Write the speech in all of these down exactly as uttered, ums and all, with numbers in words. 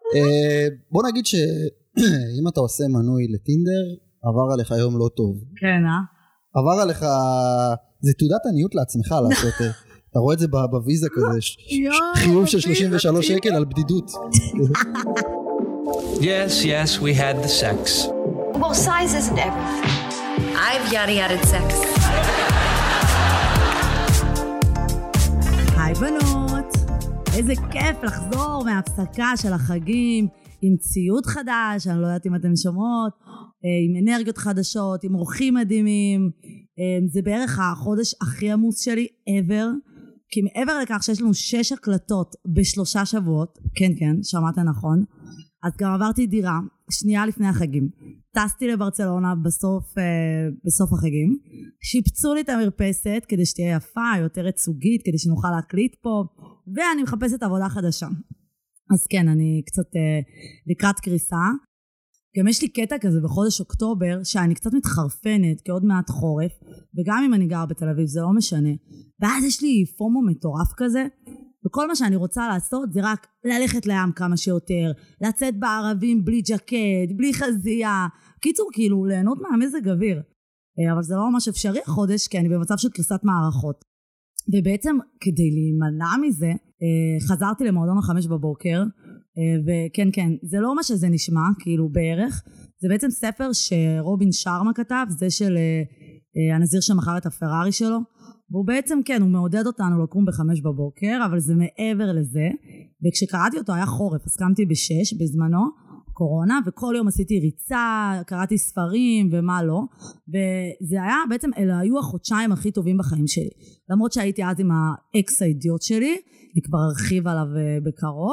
בוא נגיד שאם אתה עושה מנוי לטינדר, עבר עליך היום לא טוב. כן, אה? עבר עליך, זה תעודת עניות לעצמך לעשות, אתה רואה את זה בוויזה כזה, חיוב של שלושים ושלושה שקל על בדידות. Yes, yes, we had the sex. Well, size isn't everything. I've yada yada sex. היי בנות, איזה כיף לחזור מההפסקה של החגים, עם ציוד חדש, אני לא יודעת אם אתם שומעות, עם אנרגיות חדשות, עם אורחים מדהימים, זה בערך החודש הכי עמוס שלי ever, כי מעבר לכך שיש לנו שש הקלטות בשלושה שבועות, כן כן, שמעת נכון, אז גם עברתי דירה, שנייה לפני החגים, טסתי לברצלונה בסוף, בסוף החגים, שיפצו לי את המרפסת כדי שתהיה יפה, יותר ייצוגית, כדי שנוכל להקליט פה, ואני מחפשת עבודה חדשה. אז כן, אני קצת אה, לקראת קריסה. גם יש לי קטע כזה בחודש אוקטובר, שאני קצת מתחרפנת, כי עוד מעט חורף, וגם אם אני גר בתל אביב, זה לא משנה. ואז יש לי פומו מטורף כזה, וכל מה שאני רוצה לעשות זה רק ללכת לים כמה שיותר, לצאת בערבים בלי ג'קט, בלי חזייה, קיצור כאילו ליהנות מהמזג אוויר. אבל זה לא ממש אפשרי החודש, כי אני במצב של קריסת מערכות. ובעצם כדי להימנע מזה, חזרתי למועדון החמש בבוקר, וכן כן, זה לא מה שזה נשמע, כאילו בערך, זה בעצם ספר שרובין שרמה כתב, זה של הנזיר שמכר את הפרארי שלו, והוא בעצם כן, הוא מעודד אותנו לקום בחמש בבוקר, אבל זה מעבר לזה, וכשקראתי אותו היה חורף, אז קמתי בשש בזמנו, קורונה, וכל יום עשיתי ריצה, קראתי ספרים ומה לא, וזה היה בעצם, אלה היו החודשיים הכי טובים בחיים שלי, למרות שהייתי אז עם האקס האידיוט שלי, אני כבר ארחיב עליו בקרוב,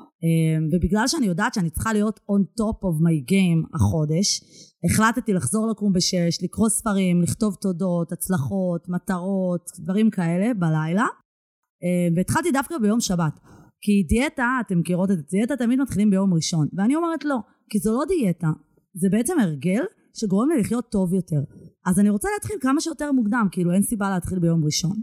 ובגלל שאני יודעת שאני צריכה להיות on top of my game החודש, החלטתי לחזור לקום בשש, לקרוא ספרים, לכתוב תודות, הצלחות, מטרות, דברים כאלה בלילה, והתחלתי דווקא ביום שבת, כי דיאטה, אתם מכירות את דיאטה, תמיד מתחילים ביום ראשון, ואני אומרת לא, כי זו לא דיאטה, זה בעצם הרגל שגורם לי לחיות טוב יותר, אז אני רוצה להתחיל כמה שיותר מוקדם, כאילו אין סיבה להתחיל ביום ראשון.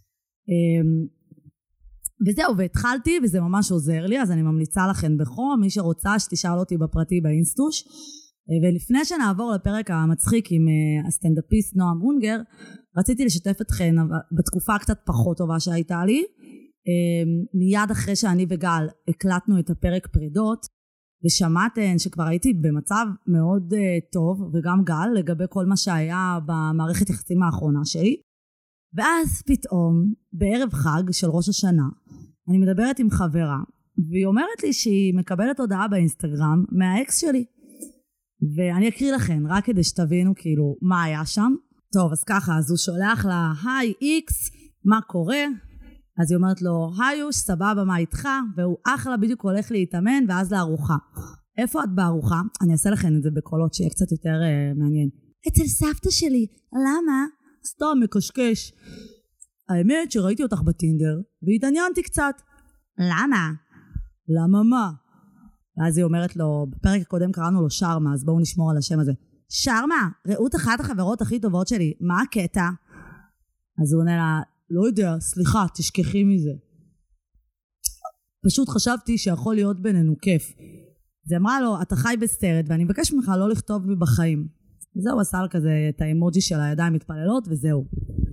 וזהו, והתחלתי, וזה ממש עוזר לי, אז אני ממליצה לכם בחום, מי שרוצה שתשאל אותי בפרטי באינסטוש, ולפני שנעבור לפרק המצחיק עם הסטנדאפיסט נועם אונגר, רציתי לשתף אתכן בתקופה קצת פחות טובה שהייתה לי, מיד אחרי שאני וגל הקלטנו את הפרק פרידות, ושמעתן שכבר הייתי במצב מאוד טוב, וגם גל, לגבי כל מה שהיה במערכת יחסים האחרונה שלי, ואז פתאום, בערב חג של ראש השנה, אני מדברת עם חברה, והיא אומרת לי שהיא מקבלת הודעה באינסטגרם מהאקס שלי. ואני אקריא לכם, רק כדי שתבינו כאילו מה היה שם. טוב, אז ככה, אז הוא שולח לה, היי איקס, מה קורה? אז היא אומרת לו, היוש, סבבה, מה איתך? והוא אחלה בדיוק הולך להתאמן, ואז לארוחה. איפה את בארוחה? אני אעשה לכם את זה בקולות שיהיה קצת יותר uh, מעניין. אצל סבתא שלי, למה? סתם מקשקש. האמת שראיתי אותך בטינדר, והתעניינתי קצת. למה? למה מה? ואז היא אומרת לו, בפרק הקודם קראנו לו שרמה, אז בואו נשמור על השם הזה. שרמה, ראות אחת החברות הכי טובות שלי, מה הקטע? אז הוא עונה לה, לא יודע, סליחה, תשכחי מזה. פשוט חשבתי שיכול להיות בינינו כיף. זה אמרה לו, אתה חי בסרט, ואני מבקש ממך לא לכתוב לי בחיים. וזהו, עשה לה כזה את האמוג'י של הידיים מתפללות, וזהו.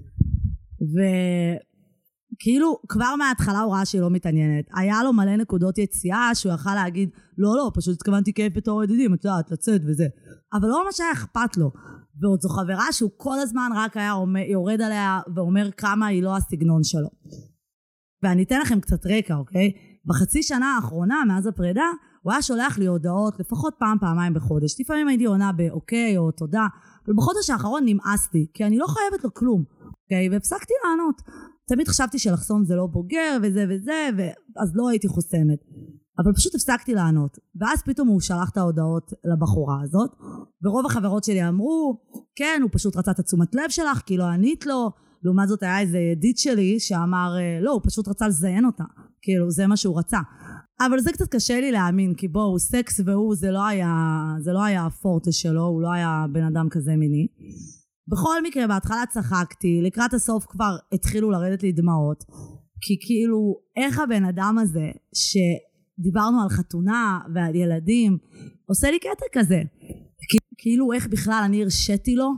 וכאילו, כבר מההתחלה הוא ראה שהיא לא מתעניינת. היה לו מלא נקודות יציאה, שהוא יכל להגיד, לא, לא, פשוט התכוונתי כיף בתור ידידים, את יודעת, לצאת וזה. אבל לא ממש היה אכפת לו. ועוד זו חברה שהוא כל הזמן רק היה יורד עליה, ואומר כמה היא לא הסגנון שלו. ואני אתן לכם קצת רקע, אוקיי? בחצי שנה האחרונה, מאז הפרידה, הוא היה שולח לי הודעות לפחות פעם, פעמיים בחודש. לפעמים הייתי עונה באוקיי או תודה, אבל בחודש האחרון נמאס לי, כי אני לא חייבת לו כלום, אוקיי? והפסקתי לענות. תמיד חשבתי שלחסום זה לא בוגר וזה וזה, ואז לא הייתי חוסמת. אבל פשוט הפסקתי לענות. ואז פתאום הוא שלח את ההודעות לבחורה הזאת, ורוב החברות שלי אמרו, כן, הוא פשוט רצה את התשומת לב שלך, כי לא ענית לו. לעומת זאת היה איזה ידיד שלי שאמר, לא, הוא פשוט רצה לזיין אותה. כאילו, זה מה שהוא רצה. אבל זה קצת קשה לי להאמין, כי בואו, סקס והוא, זה לא היה, זה לא היה הפורטה שלו, הוא לא היה בן אדם כזה מיני. בכל מקרה, בהתחלה צחקתי, לקראת הסוף כבר התחילו לרדת לי דמעות, כי כאילו, איך הבן אדם הזה, דיברנו על חתונה ועל ילדים, עושה לי קטע כזה. כאילו איך בכלל אני הרשיתי לו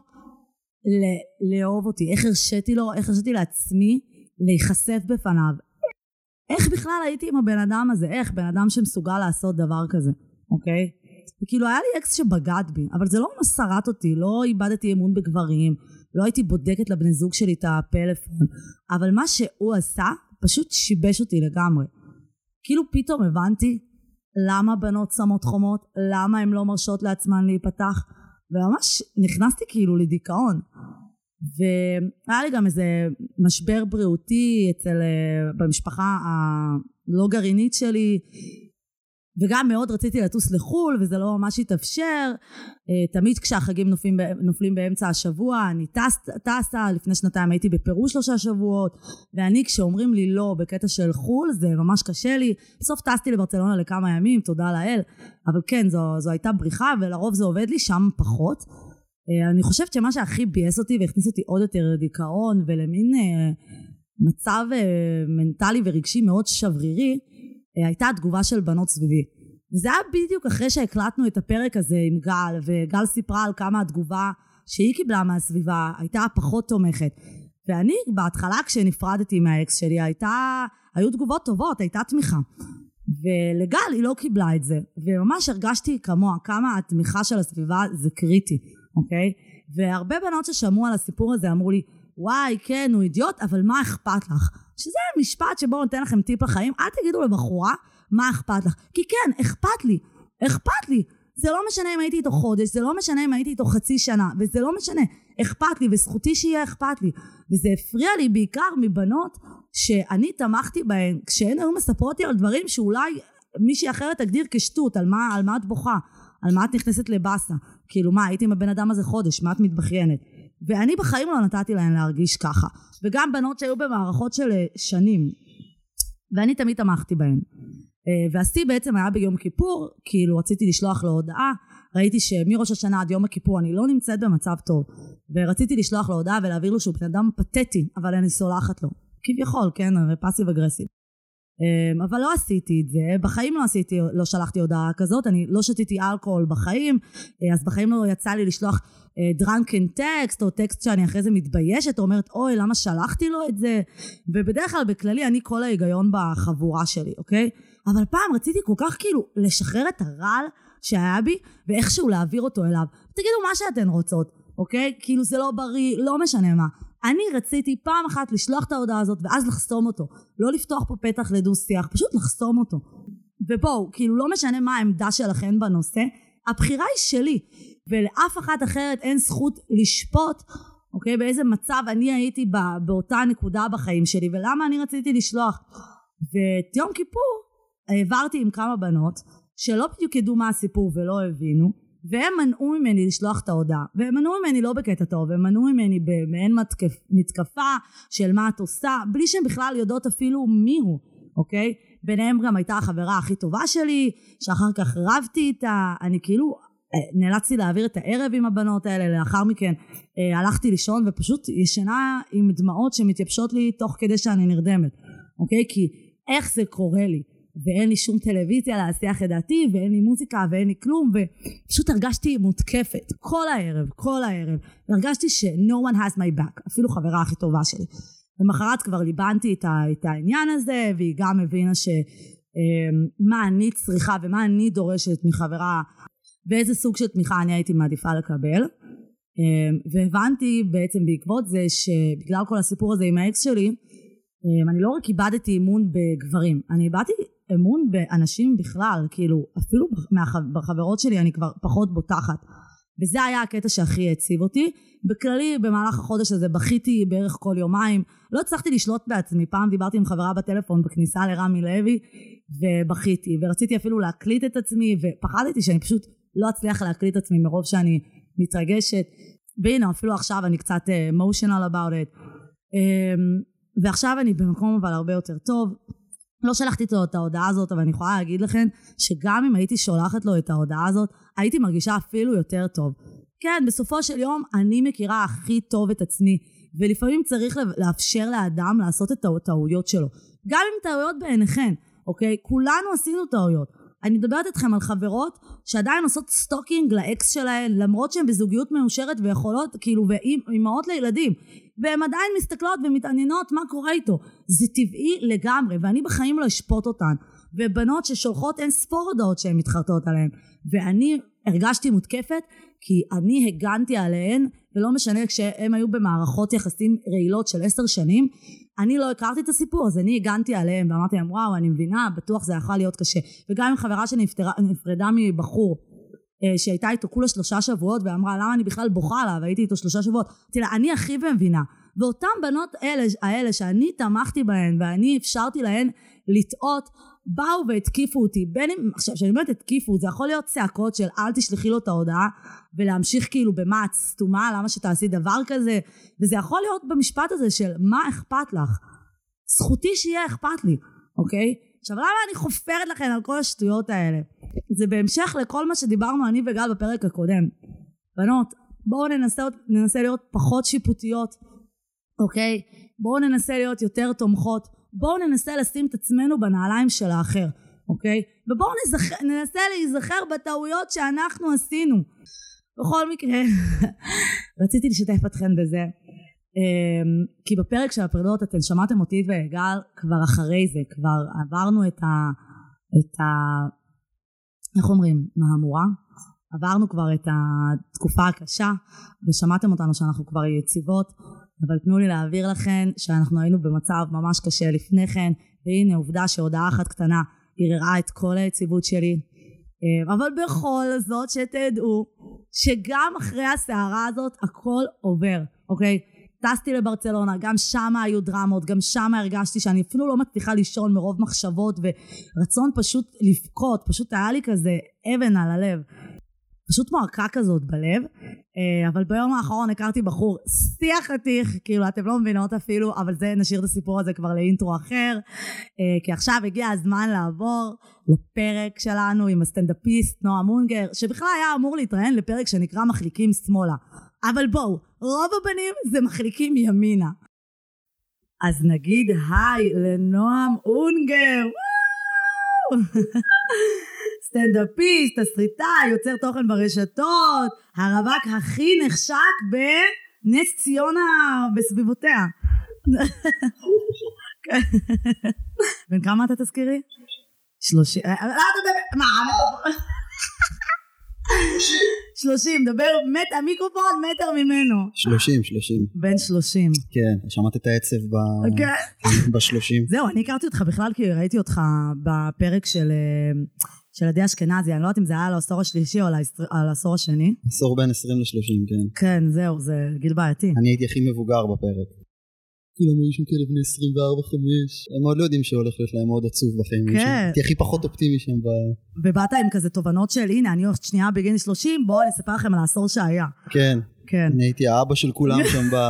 לאהוב אותי, איך הרשיתי לו, איך הרשיתי לעצמי להיחשף בפניו. איך בכלל הייתי עם הבן אדם הזה, איך בן אדם שמסוגל לעשות דבר כזה, אוקיי? וכאילו היה לי אקס שבגד בי, אבל זה לא מסרת אותי, לא איבדתי אמון בגברים, לא הייתי בודקת לבני זוג שלי את הפלאפון, אבל מה שהוא עשה פשוט שיבש אותי לגמרי. כאילו פתאום הבנתי למה בנות שמות חומות, למה הן לא מרשות לעצמן להיפתח, וממש נכנסתי כאילו לדיכאון. והיה לי גם איזה משבר בריאותי אצל, במשפחה הלא גרעינית שלי, וגם מאוד רציתי לטוס לחול, וזה לא ממש התאפשר. תמיד כשהחגים נופלים, נופלים באמצע השבוע, אני טס, טסה, לפני שנתיים הייתי בפרו שלושה שבועות, ואני כשאומרים לי לא בקטע של חול, זה ממש קשה לי. בסוף טסתי לברצלונה לכמה ימים, תודה לאל, אבל כן, זו, זו הייתה בריחה, ולרוב זה עובד לי שם פחות. אני חושבת שמה שהכי בייס אותי, והכניס אותי עוד יותר לדיכאון, ולמין מצב מנטלי ורגשי מאוד שברירי, הייתה התגובה של בנות סביבי. וזה היה בדיוק אחרי שהקלטנו את הפרק הזה עם גל, וגל סיפרה על כמה התגובה שהיא קיבלה מהסביבה הייתה פחות תומכת. ואני בהתחלה כשנפרדתי מהאקס שלי, הייתה, היו תגובות טובות, הייתה תמיכה. ולגל היא לא קיבלה את זה. וממש הרגשתי כמוה, כמה התמיכה של הסביבה זה קריטי, אוקיי? והרבה בנות ששמעו על הסיפור הזה אמרו לי, וואי, כן, הוא אידיוט, אבל מה אכפת לך? שזה משפט שבו נותן לכם טיפ לחיים, אל תגידו לבחורה מה אכפת לך. כי כן, אכפת לי, אכפת לי. זה לא משנה אם הייתי איתו חודש, זה לא משנה אם הייתי איתו חצי שנה, וזה לא משנה, אכפת לי, וזכותי שיהיה אכפת לי. וזה הפריע לי בעיקר מבנות שאני תמכתי בהן, כשהן היו מספרות לי על דברים שאולי מישהי אחרת תגדיר כשטות, על מה, על מה את בוכה, על מה את נכנסת לבאסה. כאילו מה, הייתי עם הבן אדם הזה חודש, מה את מתבחיינת? ואני בחיים לא נתתי להן להרגיש ככה. וגם בנות שהיו במערכות של שנים. ואני תמיד תמכתי בהן. והשיא בעצם היה ביום כיפור, כאילו רציתי לשלוח לו הודעה, ראיתי שמראש השנה עד יום הכיפור אני לא נמצאת במצב טוב, ורציתי לשלוח לו הודעה ולהעביר לו שהוא בן אדם פתטי, אבל אני סולחת לו. כביכול, כן, פאסיב אגרסיב. אבל לא עשיתי את זה, בחיים לא עשיתי, לא שלחתי הודעה כזאת, אני לא שתיתי אלכוהול בחיים, אז בחיים לא יצא לי לשלוח דרנקן טקסט, או טקסט שאני אחרי זה מתביישת, או אומרת, אוי, למה שלחתי לו את זה? ובדרך כלל בכללי אני כל ההיגיון בחבורה שלי, אוקיי? אבל פעם רציתי כל כך כאילו לשחרר את הרעל שהיה בי, ואיכשהו להעביר אותו אליו. תגידו מה שאתן רוצות, אוקיי? כאילו זה לא בריא, לא משנה מה. אני רציתי פעם אחת לשלוח את ההודעה הזאת, ואז לחסום אותו. לא לפתוח פה פתח לדו שיח, פשוט לחסום אותו. ובואו, כאילו לא משנה מה העמדה שלכם בנושא, הבחירה היא שלי, ולאף אחת אחרת אין זכות לשפוט, אוקיי? באיזה מצב אני הייתי בא, באותה נקודה בחיים שלי, ולמה אני רציתי לשלוח. ואת יום כיפור העברתי עם כמה בנות, שלא בדיוק ידעו מה הסיפור ולא הבינו, והם מנעו ממני לשלוח את ההודעה, והם מנעו ממני לא בקטע טוב, הם מנעו ממני במעין מתקפ, מתקפה של מה את עושה, בלי שהם בכלל יודעות אפילו מי הוא, אוקיי? ביניהם גם הייתה החברה הכי טובה שלי, שאחר כך רבתי איתה, אני כאילו נאלצתי להעביר את הערב עם הבנות האלה, לאחר מכן אה, הלכתי לישון ופשוט ישנה עם דמעות שמתייבשות לי תוך כדי שאני נרדמת, אוקיי? כי איך זה קורה לי? ואין לי שום טלוויזיה להסיח את דעתי, ואין לי מוזיקה ואין לי כלום, ופשוט הרגשתי מותקפת כל הערב, כל הערב, והרגשתי ש-no one has my back, אפילו חברה הכי טובה שלי. ומחרת כבר ליבנתי את, ה- את העניין הזה, והיא גם הבינה שמה אני צריכה ומה אני דורשת מחברה, ואיזה סוג של תמיכה אני הייתי מעדיפה לקבל. והבנתי בעצם בעקבות זה שבגלל כל הסיפור הזה עם האקס שלי, אני לא רק איבדתי אמון בגברים, אני איבדתי אמון באנשים בכלל, כאילו אפילו בחברות שלי אני כבר פחות בוטחת, וזה היה הקטע שהכי הציב אותי. בכללי במהלך החודש הזה בכיתי בערך כל יומיים, לא הצלחתי לשלוט בעצמי, פעם דיברתי עם חברה בטלפון בכניסה לרמי לוי ובכיתי, ורציתי אפילו להקליט את עצמי, ופחדתי שאני פשוט לא אצליח להקליט את עצמי מרוב שאני מתרגשת, והנה אפילו עכשיו אני קצת emotional about it, ועכשיו אני במקום אבל הרבה יותר טוב. לא שלחתי לו את ההודעה הזאת, אבל אני יכולה להגיד לכם שגם אם הייתי שולחת לו את ההודעה הזאת, הייתי מרגישה אפילו יותר טוב. כן, בסופו של יום אני מכירה הכי טוב את עצמי, ולפעמים צריך לאפשר לאדם לעשות את הטעויות שלו. גם אם טעויות בעיניכם, אוקיי? כולנו עשינו טעויות. אני מדברת אתכם על חברות שעדיין עושות סטוקינג לאקס שלהן, למרות שהן בזוגיות מאושרת ויכולות, כאילו, ואימהות לילדים, והן עדיין מסתכלות ומתעניינות מה קורה איתו. זה טבעי לגמרי, ואני בחיים לא אשפוט אותן. ובנות ששולחות אין ספור הודעות שהן מתחרטות עליהן. ואני הרגשתי מותקפת, כי אני הגנתי עליהן, ולא משנה כשהם היו במערכות יחסים רעילות של עשר שנים, אני לא הכרתי את הסיפור, אז אני הגנתי עליהם, ואמרתי להם, וואו, אני מבינה, בטוח זה יכול להיות קשה. וגם עם חברה שנפרדה מבחור, שהייתה איתו כולה שלושה שבועות, ואמרה, למה אני בכלל בוכה לה, והייתי איתו שלושה שבועות. תראה, אני הכי מבינה. ואותן בנות האלה, האלה שאני תמכתי בהן, ואני אפשרתי להן לטעות, באו והתקיפו אותי. בין אם, עכשיו, שאני אומרת התקיפו, זה יכול להיות צעקות של אל תשלחי לו את ההודעה, ולהמשיך כאילו במעץ סתומה, למה שתעשי דבר כזה, וזה יכול להיות במשפט הזה של מה אכפת לך? זכותי שיהיה אכפת לי, אוקיי? עכשיו, למה אני חופרת לכם על כל השטויות האלה? זה בהמשך לכל מה שדיברנו אני וגל בפרק הקודם. בנות, בואו ננסה, ננסה להיות פחות שיפוטיות, אוקיי? בואו ננסה להיות יותר תומכות, בואו ננסה לשים את עצמנו בנעליים של האחר, אוקיי? ובואו ננסה להיזכר בטעויות שאנחנו עשינו. בכל מקרה, רציתי לשתף אתכם בזה, כי בפרק של הפרדות אתם שמעתם אותי וגל כבר אחרי זה, כבר עברנו את ה... את ה... איך אומרים? מהמורה? עברנו כבר את התקופה הקשה, ושמעתם אותנו שאנחנו כבר יציבות, אבל תנו לי להעביר לכם שאנחנו היינו במצב ממש קשה לפני כן, והנה עובדה שהודעה אחת קטנה ערערה את כל היציבות שלי, אבל בכל זאת שתדעו שגם אחרי הסערה הזאת הכל עובר, אוקיי? טסתי לברצלונה, גם שם היו דרמות, גם שם הרגשתי שאני אפילו לא מצליחה לישון מרוב מחשבות ורצון פשוט לבכות, פשוט היה לי כזה אבן על הלב, פשוט מועקה כזאת בלב. אבל ביום האחרון הכרתי בחור שיא חתיך, כאילו אתם לא מבינות אפילו, אבל זה נשאיר את הסיפור הזה כבר לאינטרו אחר, כי עכשיו הגיע הזמן לעבור לפרק שלנו עם הסטנדאפיסט נועם אונגר, שבכלל היה אמור להתראיין לפרק שנקרא מחליקים שמאלה, אבל בואו, רוב הבנים זה מחליקים ימינה. אז נגיד היי לנועם אונגר. סטנדאפיסט, תסריטאי, יוצר תוכן ברשתות, הרווק הכי נחשק בנס ציונה בסביבותיה. בן כמה אתה תזכירי? שלושים. לא, אתה דבר, מה? שלושים, דבר המיקרופון מטר ממנו. שלושים, שלושים. בן שלושים. כן, שמעת את העצב בשלושים. זהו, אני הכרתי אותך בכלל כי ראיתי אותך בפרק של... של עדי אשכנזי, אני לא יודעת אם זה היה על העשור השלישי או על העשור השני. עשור בין עשרים לשלושים, כן. כן, זהו, זה גיל בעייתי. אני הייתי הכי מבוגר בפרק. כולם היו שם כאלה בני עשרים וארבע חמש. הם עוד לא יודעים שהולך להיות להם מאוד עצוב בחיים. כן. הייתי הכי פחות אופטימי שם ב... ובאת עם כזה תובנות של, הנה, אני הולכת שנייה בגיל שלושים, בואו אני אספר לכם על העשור שהיה. כן. כן. אני הייתי האבא של כולם שם ב...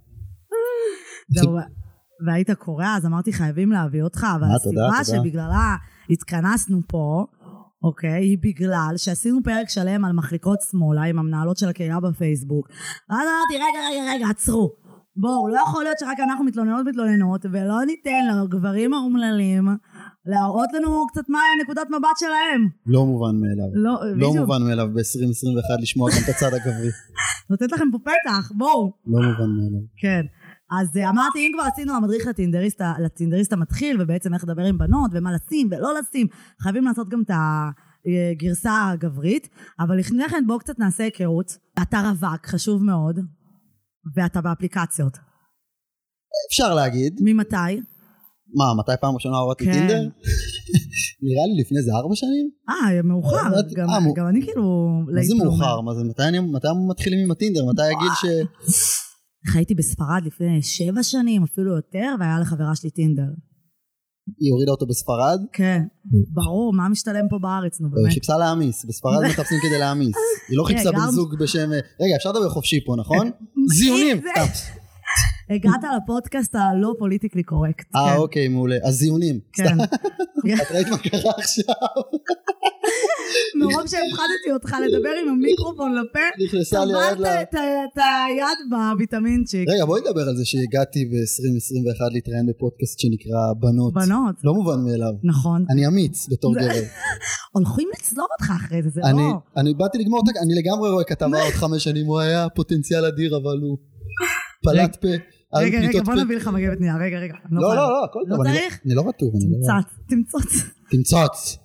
זהו, והיית קורא, אז אמרתי חייבים להביא אותך, אבל הסיבה שבגללה התכנסנו פה, אוקיי, היא בגלל שעשינו פרק שלם על מחליקות שמאלה עם המנהלות של הקהילה בפייסבוק, ואז אמרתי, רגע, רגע, רגע, עצרו. בואו, לא יכול להיות שרק אנחנו מתלוננות מתלוננות, ולא ניתן לגברים האומללים להראות לנו קצת מה נקודת מבט שלהם. לא מובן מאליו. לא, לא מובן מאליו ב-עשרים עשרים ואחת לשמוע גם את הצד הגברי. נותנת לכם פה פתח, בואו. לא מובן מאליו. כן. אז אמרתי, אם כבר עשינו המדריך לטינדריסט, לטינדריסט המתחיל, ובעצם איך לדבר עם בנות, ומה לשים ולא לשים, חייבים לעשות גם את הגרסה הגברית, אבל לפני כן בואו קצת נעשה היכרות. אתה רווק, חשוב מאוד, ואתה באפליקציות. אפשר להגיד. ממתי? מה, מתי פעם ראשונה הורדתי טינדר? נראה לי לפני זה ארבע שנים. אה, מאוחר. גם אני כאילו... מה זה מאוחר? מתי מתחילים עם הטינדר? מתי הגיל ש... חייתי בספרד לפני שבע שנים, אפילו יותר, והיה לחברה שלי טינדר. היא הורידה אותו בספרד? כן, ברור, מה משתלם פה בארץ, נו באמת. היא חיפשה להמיס, בספרד מחפשים כדי להמיס. היא לא חיפשה בן זוג בשם... רגע, אפשר לדבר חופשי פה, נכון? זיונים! הגעת לפודקאסט הלא פוליטיקלי קורקט. אה, אוקיי, מעולה. אז זיונים. כן. את ראית מה קרה עכשיו? מרוב שהפחדתי אותך לדבר עם המיקרופון לפה, טבלת את היד בוויטמינצ'יק. רגע, בואי נדבר על זה שהגעתי ב-עשרים עשרים ואחת להתראיין בפודקאסט שנקרא בנות. בנות. לא מובן מאליו. נכון. אני אמיץ בתור גבר. הולכים לצלוב אותך אחרי זה, זה אני, לא. אני באתי לגמור אותה, אני לגמרי רואה כתבה עוד חמש שנים, הוא היה פוטנציאל אדיר, אבל הוא פלט פה. רגע, רגע, בוא נביא לך מגבת נייר, רגע, רגע. לא, לא, לא, הכל טוב. לא צריך? אני לא רטוב. תמצוץ, תמצוץ. תמצוץ.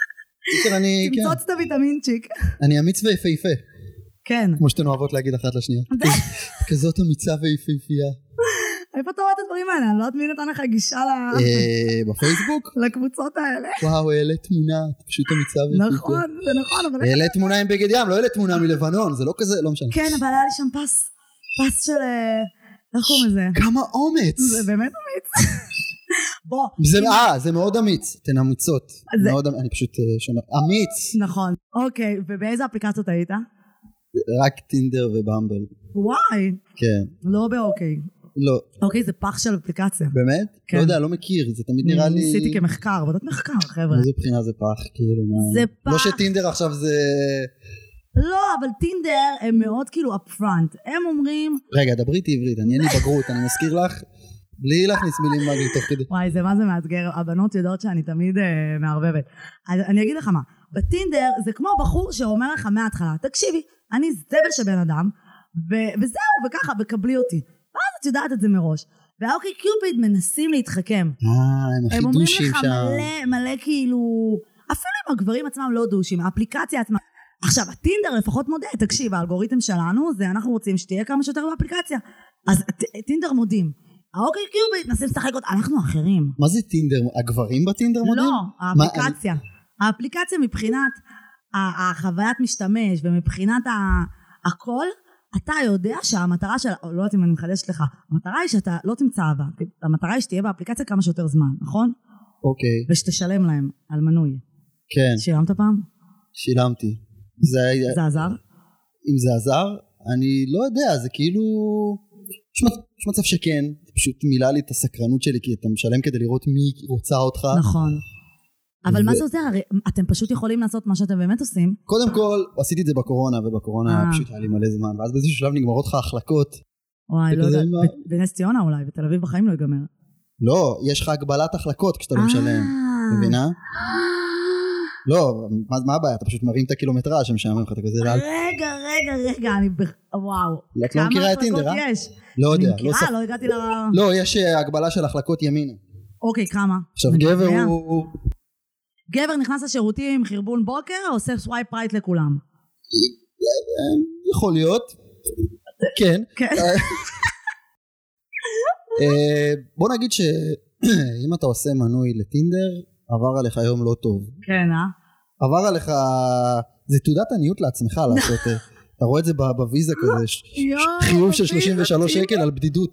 תמצוץ את הוויטמינצ'יק. אני אמיץ ויפהפה. כן. כמו שאתן אוהבות להגיד אחת לשנייה. כזאת אמיצה ויפהפייה. איפה אתה רואה את הדברים האלה? אני לא יודעת מי נתן לך גישה בפייסבוק? לקבוצות האלה. וואו, אלה תמונה, פשוט אמיצה ויפהפייה. נכון, זה נכון. אלה תמונה עם בגד ים, לא אלה תמונה מלבנון, זה לא כזה, לא משנה. כן, אבל היה לי שם פס, פס של... איך קוראים לזה? כמה אומץ. זה באמת אמיץ. בוא. אה, זה מאוד אמיץ. אתן אמיצות. אני פשוט שומע. אמיץ. נכון. אוקיי, ובאיזה אפליקציות היית? רק טינדר ובמבל. וואי. כן. לא באוקיי. לא. אוקיי, זה פח של אפליקציה. באמת? כן. לא יודע, לא מכיר. זה תמיד נראה לי... ניסיתי כמחקר, עבודת מחקר, חבר'ה. איזו בחינה זה פח, כאילו. זה פח. לא שטינדר עכשיו זה... לא, אבל טינדר הם מאוד כאילו upfront. הם אומרים... רגע, דברי איתי עברית, אני אין לי בגרות, אני מזכיר לך, בלי להכניס מילים מגעיל תוך כדי. וואי, זה מה זה מאתגר, הבנות יודעות שאני תמיד אה, מערבבת. אז אני אגיד לך מה, בטינדר זה כמו בחור שאומר לך מההתחלה, תקשיבי, אני זבל של בן אדם, ו- וזהו, וככה, וקבלי אותי. ואז את יודעת את זה מראש. והאוקי קיופיד מנסים להתחכם. אה, הם החידושים שם. הם אומרים לך מלא, מלא כאילו, אפילו אם הגברים עצמם לא דושים, האפליקציה עצמה. עכשיו, הטינדר לפחות מודה, תקשיב, האלגוריתם שלנו, זה אנחנו רוצים שתהיה כמה שיותר באפליקציה. אז טינדר מודים. האוקיי קיוביט, נסים לשחק אותה, אנחנו אחרים. מה זה טינדר? הגברים בטינדר מודים? לא, האפליקציה. האפליקציה מבחינת החוויית משתמש, ומבחינת הכל, אתה יודע שהמטרה של, לא יודעת אם אני מחדשת לך, המטרה היא שאתה לא תמצא אהבה, המטרה היא שתהיה באפליקציה כמה שיותר זמן, נכון? אוקיי. ושתשלם להם על מנוי. כן. שילמת פעם? שילמתי. זה עזר? אם זה עזר, אני לא יודע, זה כאילו, יש מצב שכן, פשוט מילה לי את הסקרנות שלי, כי אתה משלם כדי לראות מי רוצה אותך. נכון. אבל מה זה עוזר? אתם פשוט יכולים לעשות מה שאתם באמת עושים. קודם כל, עשיתי את זה בקורונה, ובקורונה פשוט היה לי מלא זמן, ואז באיזשהו שלב נגמרות לך החלקות. וואי, לא יודע, בנס ציונה אולי, בתל אביב בחיים לא ייגמר. לא, יש לך הגבלת החלקות כשאתה לא משלם, מבינה? לא, מה הבעיה? אתה פשוט מרים את הקילומטרה שמשעמם לך את כזה. רגע, רגע, רגע, אני... וואו. את לא מכירה את טינדר, אה? לא יודע. אני מכירה, לא הגעתי ל... לא, יש הגבלה של החלקות ימינה. אוקיי, כמה? עכשיו גבר הוא... גבר נכנס לשירותים, חרבון בוקר, או עושה סווייפ רייט לכולם? יכול להיות. כן. כן. בוא נגיד שאם אתה עושה מנוי לטינדר, עבר עליך היום לא טוב. כן, אה? עבר עליך, זה תעודת עניות לעצמך לעשות, אתה רואה את זה בוויזה כזה, חיוב של שלושים ושלושה שקל על בדידות.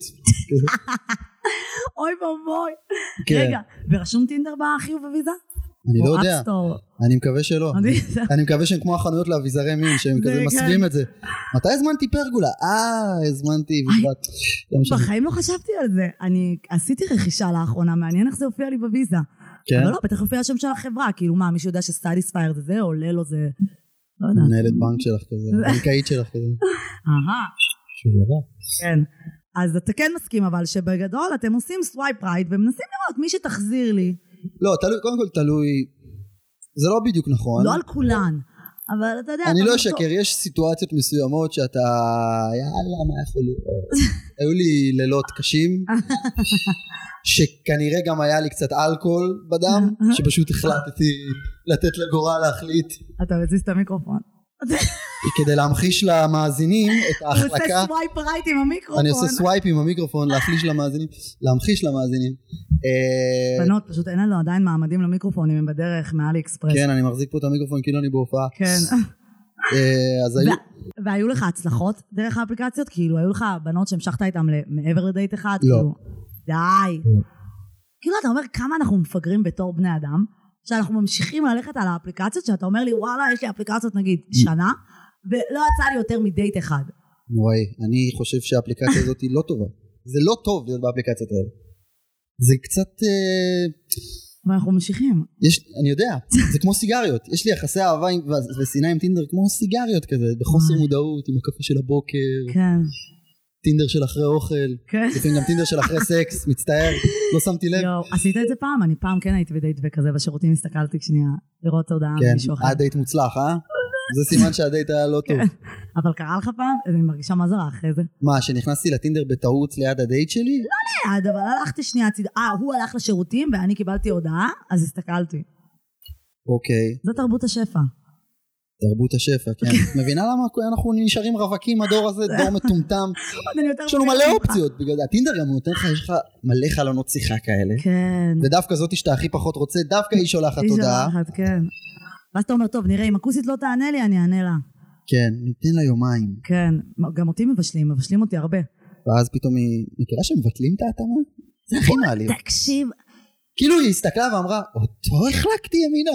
אוי בואי. רגע, ורשום טינדר בחיוב בוויזה? אני לא יודע, אני מקווה שלא. אני מקווה שהם כמו החנויות לאביזרי מין, שהם כזה מסבים את זה. מתי הזמנתי פרגולה? אה, הזמנתי. בחיים לא חשבתי על זה. אני עשיתי רכישה לאחרונה, מעניין איך זה הופיע לי בוויזה. אבל לא, בטח הופיע השם של החברה, כאילו מה, מישהו יודע שסטייליספייר זה זה, עולה לו זה... לא יודע. מנהלת בנק שלך כזה, בנקאית שלך כזה. אהה. כן. אז אתה כן מסכים, אבל שבגדול אתם עושים סווייפ רייט, ומנסים לראות מי שתחזיר לי. לא, קודם כל תלוי, זה לא בדיוק נכון. לא על כולן, אבל אתה יודע... אני לא אשקר, יש סיטואציות מסוימות שאתה, יאללה, מה יכול להיות? היו לי לילות קשים, שכנראה גם היה לי קצת אלכוהול בדם, שפשוט החלטתי לתת לגורל להחליט. אתה מזיז את המיקרופון. כדי להמחיש למאזינים את ההחלקה. הוא עושה סווייפ רייט עם המיקרופון. אני עושה סווייפ עם המיקרופון, להחליש למאזינים, להמחיש למאזינים. בנות, פשוט אין לנו עדיין מעמדים למיקרופונים, הם בדרך מעלי אקספרס. כן, אני מחזיק פה את המיקרופון, כאילו אני בהופעה. כן. אז היו... והיו לך הצלחות דרך האפליקציות? כאילו, היו לך בנות שהמשכת איתם מעבר לדייט אחד? לא. די. כאילו, אתה אומר כמה אנחנו מפגרים בתור בני אדם, שאנחנו ממשיכים ללכת על האפליקציות, שאתה אומר לי, וואלה, יש לי אפליקציות נגיד שנה, ולא יצא לי יותר מדייט אחד. וואי, אני חושב שהאפליקציה הזאת היא לא טובה. זה לא טוב להיות באפליקציות האלה. זה קצת, ואנחנו ממשיכים. יש, אני יודע, זה כמו סיגריות. יש לי יחסי אהבה ושנאה עם טינדר כמו סיגריות כזה, בחוסר מודעות, עם הקפה של הבוקר. כן. טינדר של אחרי אוכל. כן. לפעמים גם טינדר של אחרי סקס, מצטער, לא שמתי לב. יו, עשית את זה פעם? אני פעם כן הייתי בדייט וכזה, בשירותים הסתכלתי כשנייה, לראות הודעה ממישהו אחר. כן, הדייט מוצלח, אה? זה סימן שהדייט היה לא טוב. אבל קרה לך פעם? אני מרגישה מה זרה אחרי זה. מה, שנכנסתי לטינדר בטעות ליד הדייט שלי? לא ליד, אבל הלכתי שנייה הצידה. אה, הוא הלך לשירותים ואני קיבלתי הודעה, אז הסתכלתי. אוקיי. זו תרבות השפע. תרבות השפע, כן. מבינה למה אנחנו נשארים רווקים, הדור הזה, דור מטומטם. יש לנו מלא אופציות, בגלל הטינדר גם נותן לך, יש לך מלא חלונות שיחה כאלה. כן. ודווקא זאת שאתה הכי פחות רוצה, דווקא היא שולחת הודעה. היא שולחת, כן. ואז אתה אומר, טוב, נראה, אם הכוסית לא תענה לי, אני אענה לה. כן, ניתן לה יומיים. כן, גם אותי מבשלים, מבשלים אותי הרבה. ואז פתאום היא, מכירה שמבטלים את ההתאמה? זה הכי מעליב. תקשיב. כאילו היא הסתכלה ואמרה, אותו החלקתי ימינה.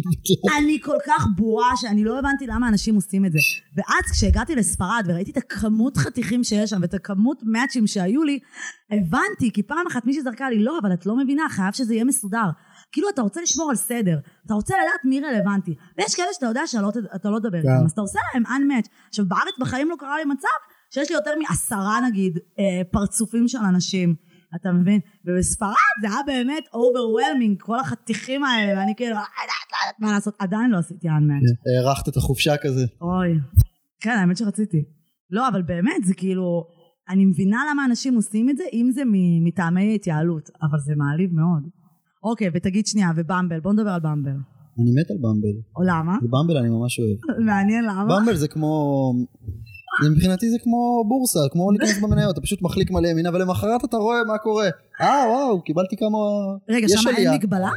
אני כל כך בורה שאני לא הבנתי למה אנשים עושים את זה. ואז כשהגעתי לספרד וראיתי את הכמות חתיכים שיש שם ואת הכמות מאצ'ים שהיו לי, הבנתי, כי פעם אחת מישהי זרקה לי, לא, אבל את לא מבינה, חייב שזה יהיה מסודר. כאילו אתה רוצה לשמור על סדר, אתה רוצה לדעת מי רלוונטי, ויש כאלה שאתה יודע שאתה לא תדבר איתם, אז אתה עושה להם unmatch. עכשיו בארץ בחיים לא קרה לי מצב שיש לי יותר מעשרה נגיד פרצופים של אנשים, אתה מבין? ובספרד זה היה באמת overwhelming, כל החתיכים האלה, ואני כאילו, לא יודעת מה לעשות, עדיין לא עשיתי unmatch. הערכת את החופשה כזה. אוי, כן, האמת שרציתי. לא, אבל באמת זה כאילו, אני מבינה למה אנשים עושים את זה, אם זה מטעמי התייעלות, אבל זה מעליב מאוד. אוקיי, ותגיד שנייה, ובמבל, בוא נדבר על במבל. אני מת על במבל. או למה? במבל אני ממש אוהב. מעניין למה? במבל זה כמו, מבחינתי זה כמו בורסה, כמו להיכנס במניות, אתה פשוט מחליק מלא ימינה, ולמחרת אתה רואה מה קורה. אה, וואו, קיבלתי כמה... רגע, שם אין מגבלה?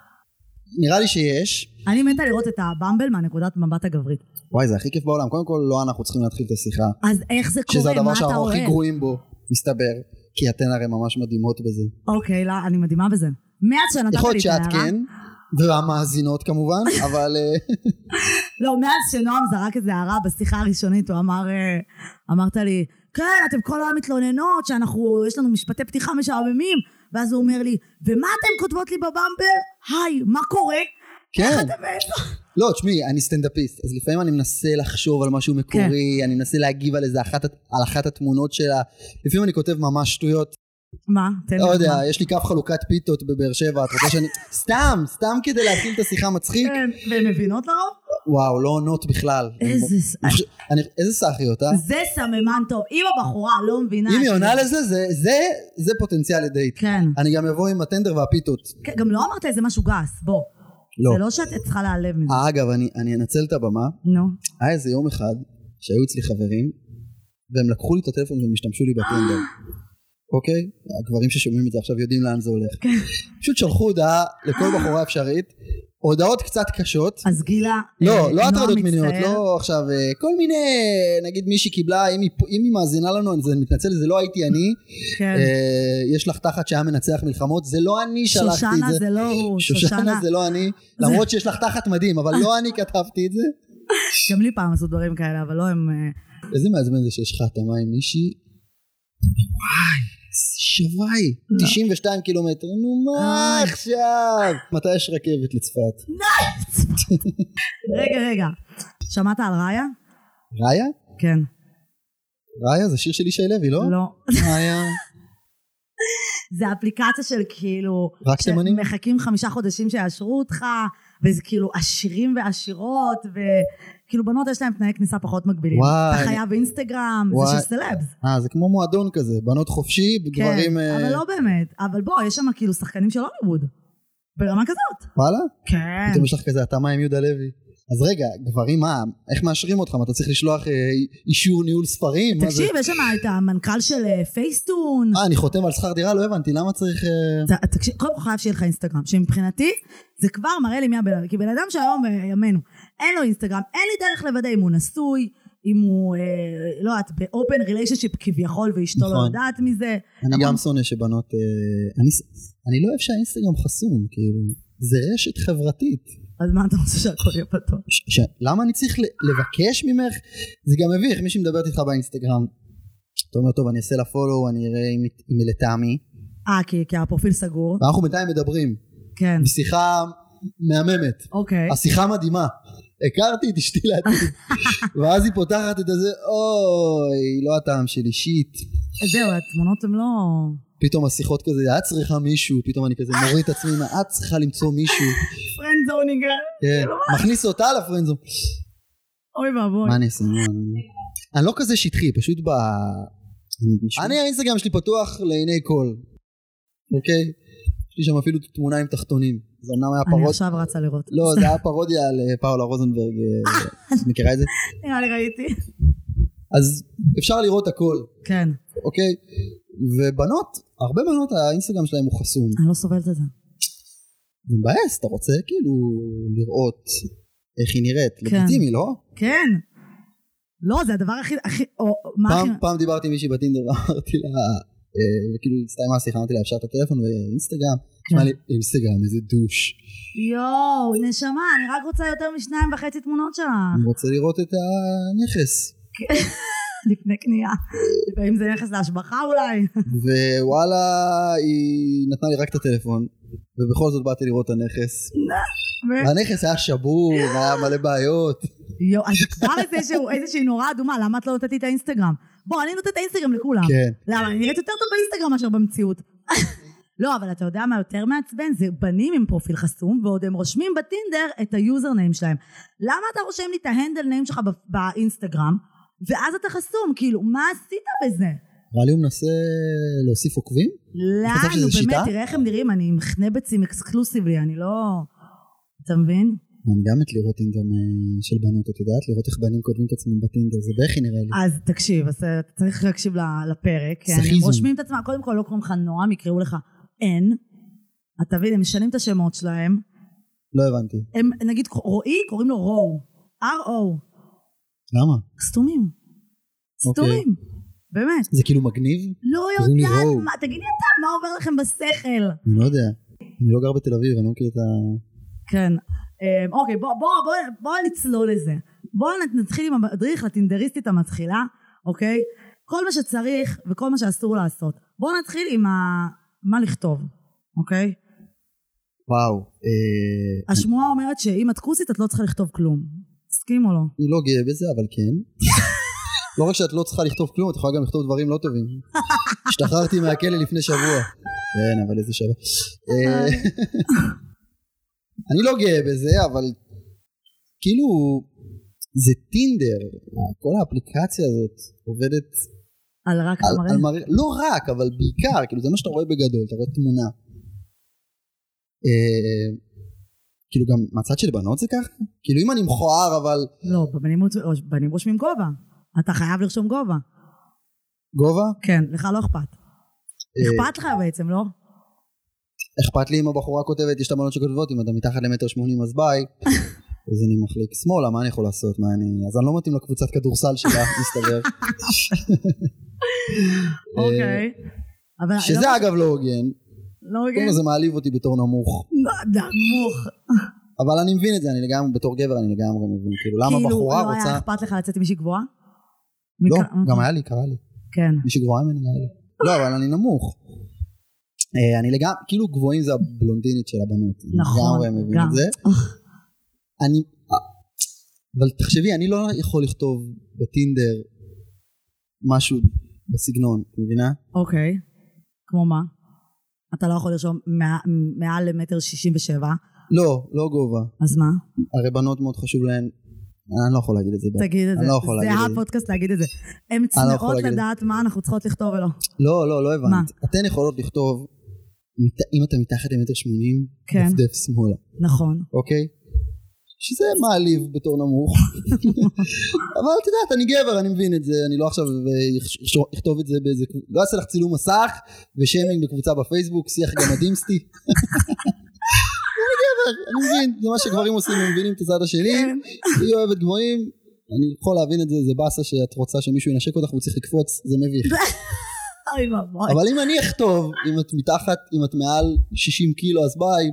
נראה לי שיש. אני מתה לראות את הבמבל מהנקודת מבט הגברית. וואי, זה הכי כיף בעולם. קודם כל, לא אנחנו צריכים להתחיל את השיחה. אז איך זה קורה? שזה הדבר מה אתה שאנחנו אוהב? הכי גרועים בו, מסתבר. כי אתן הרי ממש מדהימות בזה. אוקיי, לא, אני מדהימה בזה. מאז שנתת יכול לי להיות את שאת ההערה. כן, והמאזינות כמובן, אבל... לא, מאז שנועם זרק איזה הערה בשיחה הראשונית, הוא אמר, אמרת לי, כן, אתם כל היום מתלוננות, שאנחנו, יש לנו משפטי פתיחה משעממים, ואז הוא אומר לי, ומה אתם כותבות לי בבמבל? היי, מה קורה? כן. לא, תשמעי, אני סטנדאפיסט, אז לפעמים אני מנסה לחשוב על משהו מקורי, אני מנסה להגיב על איזה אחת, על אחת התמונות שלה, לפעמים אני כותב ממש שטויות. מה? תן לי. לא יודע, יש לי קו חלוקת פיתות בבאר שבע, את רוצה שאני... סתם, סתם כדי להתחיל את השיחה מצחיק. כן, והן מבינות לרוב? וואו, לא עונות בכלל. איזה... איזה סחיות, אה? זה סממן טוב. אם הבחורה לא מבינה... אם היא עונה לזה, זה פוטנציאל לדייט. כן. אני גם אבוא עם הטנדר והפיתות. גם לא אמרת איזה משהו גס, בוא. לא. זה לא שאת צריכה להעלב מזה. אגב, אני אנצל את הבמה. נו. היה איזה יום אחד שהיו אצלי חברים, והם לקחו לי את הטלפון והם השתמשו לי בטנדר. אוקיי? הגברים ששומעים את זה עכשיו יודעים לאן זה הולך. פשוט שלחו הודעה לכל בחורה אפשרית, הודעות קצת קשות. אז גילה... לא, לא הטרדות מיניות, לא עכשיו, כל מיני, נגיד מישהי קיבלה, אם היא מאזינה לנו, אני מתנצל, זה לא הייתי אני. יש לך תחת שהיה מנצח מלחמות, זה לא אני שלחתי את זה. שושנה זה לא הוא. שושנה זה לא אני, למרות שיש לך תחת מדהים, אבל לא אני כתבתי את זה. גם לי פעם עשו דברים כאלה, אבל לא הם... איזה מעצבן זה שיש לך התאמה עם מישהי? וואי, שווי, תשעים ושתיים קילומטר, נו מה עכשיו? מתי יש רכבת לצפת? רגע, רגע, שמעת על ראיה? ראיה? כן. ראיה זה שיר של ישי לוי, לא? לא. ראיה. זה אפליקציה של כאילו, רק תימנים? שמחכים חמישה חודשים שיאשרו אותך, וזה כאילו עשירים ועשירות, וכאילו בנות יש להם תנאי כניסה פחות מגבילים. אתה חייב אינסטגרם, זה של סלבס. אה, זה כמו מועדון כזה, בנות חופשי, בגברים... כן, אבל לא באמת. אבל בוא, יש שם כאילו שחקנים של הוליווד. ברמה כזאת. וואלה? כן. פתאום יש לך כזה, אתה מה עם יהודה לוי? אז רגע, גברים מה? איך מאשרים אותך? אתה צריך לשלוח אישור ניהול ספרים? תקשיב, יש שם את המנכ"ל של פייסטון. אה, אני חותם על שכר דירה? לא הבנתי, למה צריך... תקשיב, קודם כל חייב שיהיה לך אינסטגרם, שמבחינתי זה כבר מראה לי מי הבן אדם, כי בן אדם שהיום ימינו, אין לו אינסטגרם, אין לי דרך לוודא אם הוא נשוי, אם הוא, לא יודעת, באופן ריליישנשיפ כביכול ואשתו לא יודעת מזה. אני גם שונא שבנות, אני לא אוהב שהאינסטגרם חסום, כאילו, זה רשת חברתית. אז מה אתה רוצה שהכל יהיה פתוח? למה אני צריך לבקש ממך? זה גם מביך, מי שמדברת איתך באינסטגרם, אתה אומר, טוב, אני אעשה לה פולו, אני אראה אם היא לטעמי. אה, כי הפרופיל סגור. ואנחנו בינתיים מדברים. כן. בשיחה מהממת. אוקיי. השיחה מדהימה. הכרתי את אשתי לעתיד. ואז היא פותחת את הזה, אוי, לא הטעם שלי, שיט. זהו, התמונות הן לא... פתאום השיחות כזה, את צריכה מישהו, פתאום אני כזה מוריד את עצמי, את צריכה למצוא מישהו. פרנדזונינג. כן, מכניס אותה לפרנדזון. אוי ואבוי. מה אני אעשה? אני לא כזה שטחי, פשוט ב... אני האינסטגרם שלי פתוח לעיני כל. אוקיי? יש לי שם אפילו תמונה עם תחתונים. זה אומנם היה פרוד... אני עכשיו רצה לראות. לא, זה היה פרודיה על פאולה רוזנברג. את מכירה את זה? נראה לי ראיתי. אז אפשר לראות הכל. כן. אוקיי? ובנות, הרבה בנות האינסטגרם שלהם הוא חסום. אני לא סובלת את זה. זה מבאס, אתה רוצה כאילו לראות איך היא נראית. לגיטימי, לא? כן. לא, זה הדבר הכי... פעם דיברתי עם מישהי בטינדר ואמרתי לה, כאילו הסתיימה השיחה, אמרתי לה, אפשר את הטלפון ואינסטגרם? שמע לי, אינסטגרם, איזה דוש. יואו, נשמה, אני רק רוצה יותר משניים וחצי תמונות שלה. אני רוצה לראות את הנכס. לפני קנייה. אם זה נכס להשבחה אולי. ווואלה, היא נתנה לי רק את הטלפון, ובכל זאת באתי לראות את הנכס. והנכס היה שבור, היה מלא בעיות. יואו, אז כבר איזושהי נורא אדומה, למה את לא נותנת את האינסטגרם? בוא, אני נותנת את האינסטגרם לכולם. כן. למה? אני נראית יותר טוב באינסטגרם מאשר במציאות. לא, אבל אתה יודע מה יותר מעצבן? זה בנים עם פרופיל חסום, ועוד הם רושמים בטינדר את היוזר ניים שלהם. למה אתה רושם לי את ההנדל ניים שלך באינסטגרם, ואז אתה חסום? כאילו, מה עשית בזה? ראה לי הוא מנסה להוסיף עוקבים? לא, נו באמת, תראה איך הם נראים, אני עם חנבצים אקסקלוסיבי, אני לא... אתה מבין? אני גם את לראות טינדר של בנות, את יודעת? לראות איך בנים כותבים את עצמם בטינדר, זה בכי נראה לי. אז תקשיב, אז אתה צריך להקשיב לפרק. סחיזם. הם רושמים את עצמם, קודם כל לא קוראים לך נועם, יקראו לך אין. אתה מבין, הם משנים את השמות שלהם. לא הבנתי. הם, נגיד, רועי, קוראים לו רו. אר-או. למה? סתומים. סתומים. באמת. זה כאילו מגניב? לא יודעת, מה, תגידי אתה, מה עובר לכם בשכל? אני לא יודע. אני לא גר בתל אביב, אני לא מכיר את ה... כן. אוקיי, בוא, בוא, בוא, בוא נצלול לזה. בוא נתחיל עם המדריך לטינדריסטית המתחילה, אוקיי? כל מה שצריך וכל מה שאסור לעשות. בוא נתחיל עם ה... מה לכתוב, אוקיי? וואו. השמועה אומרת שאם את כוסית את לא צריכה לכתוב כלום. תסכים או לא? אני לא גאה בזה, אבל כן. לא רק שאת לא צריכה לכתוב כלום, את יכולה גם לכתוב דברים לא טובים. השתחררתי מהכלא לפני שבוע. כן, אבל איזה שבוע. אני לא גאה בזה, אבל כאילו זה טינדר, כל האפליקציה הזאת עובדת על רק על, על מראה? מראה, לא רק, אבל בעיקר, כאילו זה מה שאתה רואה בגדול, אתה רואה תמונה. אה, כאילו גם מהצד של בנות זה ככה? כאילו אם אני מכוער, אבל... לא, בנים רושמים גובה. אתה חייב לרשום גובה. גובה? כן, לך לא אכפת. אכפת לך בעצם, לא? אכפת לי אם הבחורה כותבת, יש את הבנות שכותבות, אם אתה מתחת למטר שמונים אז ביי, אז אני מחליק שמאלה, מה אני יכול לעשות? מה אני... אז אני לא מתאים לקבוצת כדורסל שלה, מסתבר. אוקיי. שזה אגב לא הוגן. לא הוגן? זה מעליב אותי בתור נמוך. נמוך. אבל אני מבין את זה, אני לגמרי, בתור גבר אני לגמרי מבין. כאילו, למה בחורה רוצה... כאילו, לא היה אכפת לך לצאת עם מישהי גבוהה? לא, גם היה לי, קרה לי. כן. מישהי גבוהה ממני היה לי. לא, אבל אני נמוך. אני לגמרי, כאילו גבוהים זה הבלונדינית של הבנות. נכון, גם. אני, אבל תחשבי, אני לא יכול לכתוב בטינדר משהו בסגנון, מבינה? אוקיי, כמו מה? אתה לא יכול לרשום מעל למטר שישים ושבע? לא, לא גובה. אז מה? הרי בנות מאוד חשוב להן, אני לא יכול להגיד את זה. תגיד את זה, זה הפודקאסט להגיד את זה. הן צמאות לדעת מה אנחנו צריכות לכתוב ולא. לא, לא, לא הבנת. אתן יכולות לכתוב, אם אתה מתחת למטר שמונים, דפדף שמאלה. נכון. אוקיי? שזה מעליב בתור נמוך. אבל אתה יודעת, אני גבר, אני מבין את זה, אני לא עכשיו אכתוב את זה באיזה, לא אעשה לך צילום מסך, ושיימינג בקבוצה בפייסבוק, שיח גמדימסטי. אני גבר, אני מבין, זה מה שגברים עושים, הם מבינים את הצד השני, היא אוהבת גבוהים, אני יכול להבין את זה, זה באסה שאת רוצה שמישהו ינשק אותך, והוא צריך לקפוץ, זה מביך. אבל אם אני אכתוב, אם את מתחת, אם את מעל שישים קילו, אז ביי,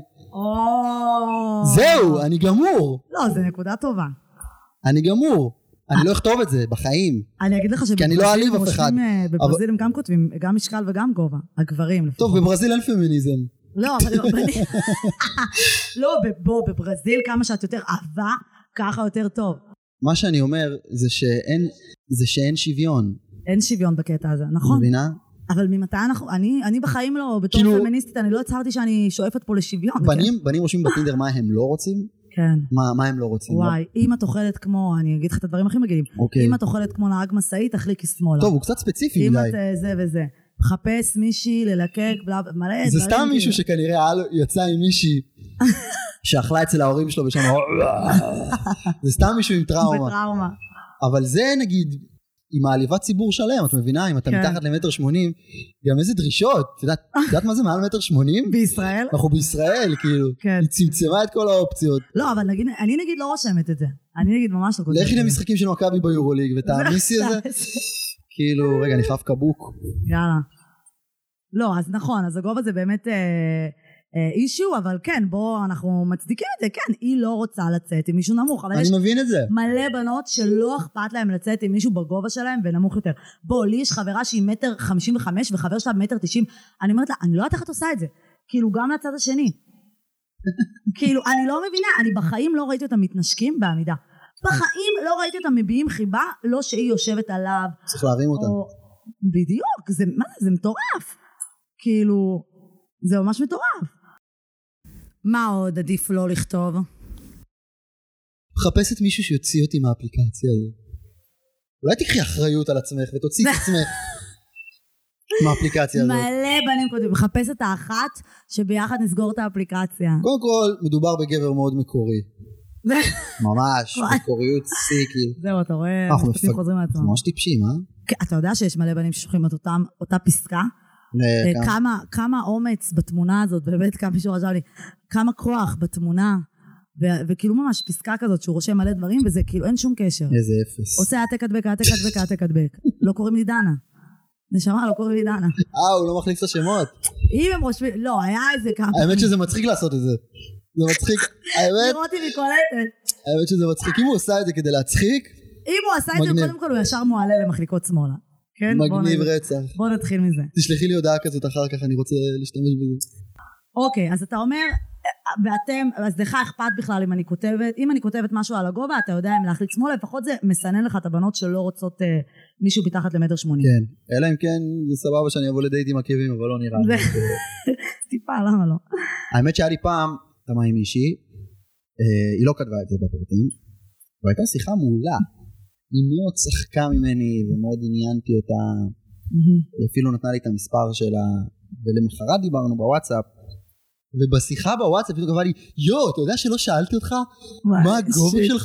זהו, אני גמור. לא, זה נקודה טובה. אני גמור. אני לא אכתוב את זה בחיים. אני אגיד לך שבברזיל הם גם כותבים, גם משקל וגם גובה, הגברים. טוב, בברזיל אין פמיניזם. לא, אבל בנים... לא, בוא, בברזיל כמה שאת יותר אהבה, ככה יותר טוב. מה שאני אומר זה שאין, זה שאין שוויון. אין שוויון בקטע הזה, נכון? מבינה? אבל ממתי אנחנו, אני, אני בחיים לא, בתור כאילו, פמיניסטית, אני לא הצהרתי שאני שואפת פה לשוויון. בנים, כן? בנים רושמים בטינדר מה הם לא רוצים? כן. מה, מה הם לא רוצים? וואי, לא? אם את אוכלת כמו, אני אגיד לך את הדברים הכי מגעילים, אוקיי. אם את אוכלת כמו נהג מסעית, תחליקי שמאלה. טוב, הוא קצת ספציפי אם מדי. את זה וזה. חפש מישהי, ללקק, בלה, מלא. זה סתם מישהו שכנראה יצא עם מישהי שאכלה אצל ההורים שלו ושם, זה סתם מישהו עם טראומה. בטראומה. אבל זה נגיד, עם מעליבת ציבור שלם, את מבינה? אם אתה מתחת למטר שמונים, גם איזה דרישות, את יודעת מה זה מעל מטר שמונים? בישראל? אנחנו בישראל, כאילו, היא צמצמה את כל האופציות. לא, אבל אני נגיד לא רושמת את זה. אני נגיד ממש לא כותבת. לכי למשחקים של מכבי ביורוליג, ותעמיסי את זה. כאילו, רגע, אני חייב קבוק. יאללה. לא, אז נכון, אז הגובה זה באמת אישו, אבל כן, בוא, אנחנו מצדיקים את זה, כן, היא לא רוצה לצאת עם מישהו נמוך, אבל אני יש מבין את זה. מלא בנות שלא אכפת להם לצאת עם מישהו בגובה שלהם ונמוך יותר. בוא, לי יש חברה שהיא מטר חמישים וחמש וחבר שלה מטר תשעים, אני אומרת לה, אני לא יודעת איך את עושה את זה, כאילו גם לצד השני. כאילו, אני לא מבינה, אני בחיים לא ראיתי אותם מתנשקים בעמידה. בחיים לא ראיתי אותם מביעים חיבה, לא שהיא יושבת עליו. צריך להרים אותם. בדיוק, זה, מה, זה מטורף. כאילו, זה ממש מטורף. מה עוד עדיף לא לכתוב? מחפשת מישהו שיוציא אותי מהאפליקציה הזו. אולי תקחי אחריות על עצמך ותוציא את עצמך מהאפליקציה הזו. מלא בנים כותבים, מחפשת האחת שביחד נסגור את האפליקציה. קודם כל, מדובר בגבר מאוד מקורי. ממש, מקוריות סיקי. זהו, אתה רואה, משפטים חוזרים לעצמם. ממש טיפשים, אה? אתה יודע שיש מלא בנים ששולחים את אותה פסקה? כמה, כמה אומץ בתמונה הזאת, באמת כמה מישהו רשם לי, כמה כוח בתמונה, וכאילו ממש פסקה כזאת שהוא רושם מלא דברים, וזה כאילו אין שום קשר. איזה אפס. עושה עתק הדבק, עתק הדבק, עתק הדבק. לא קוראים לי דנה. נשמע, לא קוראים לי דנה. אה, הוא לא מחליף את השמות. אם הם רושמים, לא, היה איזה כמה. האמת שזה מצחיק לעשות את זה. זה מצחיק, האמת. לראות אם היא קולטת. האמת שזה מצחיק. אם הוא עושה את זה כדי להצחיק, אם הוא עשה את זה, קודם כל הוא ישר מועלה למחליקות שמאלה. מגניב רצח. בוא נתחיל מזה. תשלחי לי הודעה כזאת אחר כך, אני רוצה להשתמש בזה. אוקיי, אז אתה אומר, ואתם, אז לך אכפת בכלל אם אני כותבת, אם אני כותבת משהו על הגובה, אתה יודע אם להחליט שמאלה, לפחות זה מסנן לך את הבנות שלא רוצות מישהו מתחת למטר שמונים. כן, אלא אם כן, זה סבבה שאני אבוא לדייט עם עקבים, אבל לא נראה לי. טיפה, למה לא? האמת שהיה לי פעם, תמה עם מישהי, היא לא כתבה את זה בפרטים, והייתה שיחה מעולה. היא מאוד צחקה ממני ומאוד עניינתי אותה, היא אפילו נתנה לי את המספר שלה, ולמחרת דיברנו בוואטסאפ, ובשיחה בוואטסאפ היא קבעה לי, יו, אתה יודע שלא שאלתי אותך מה הגובה שלך?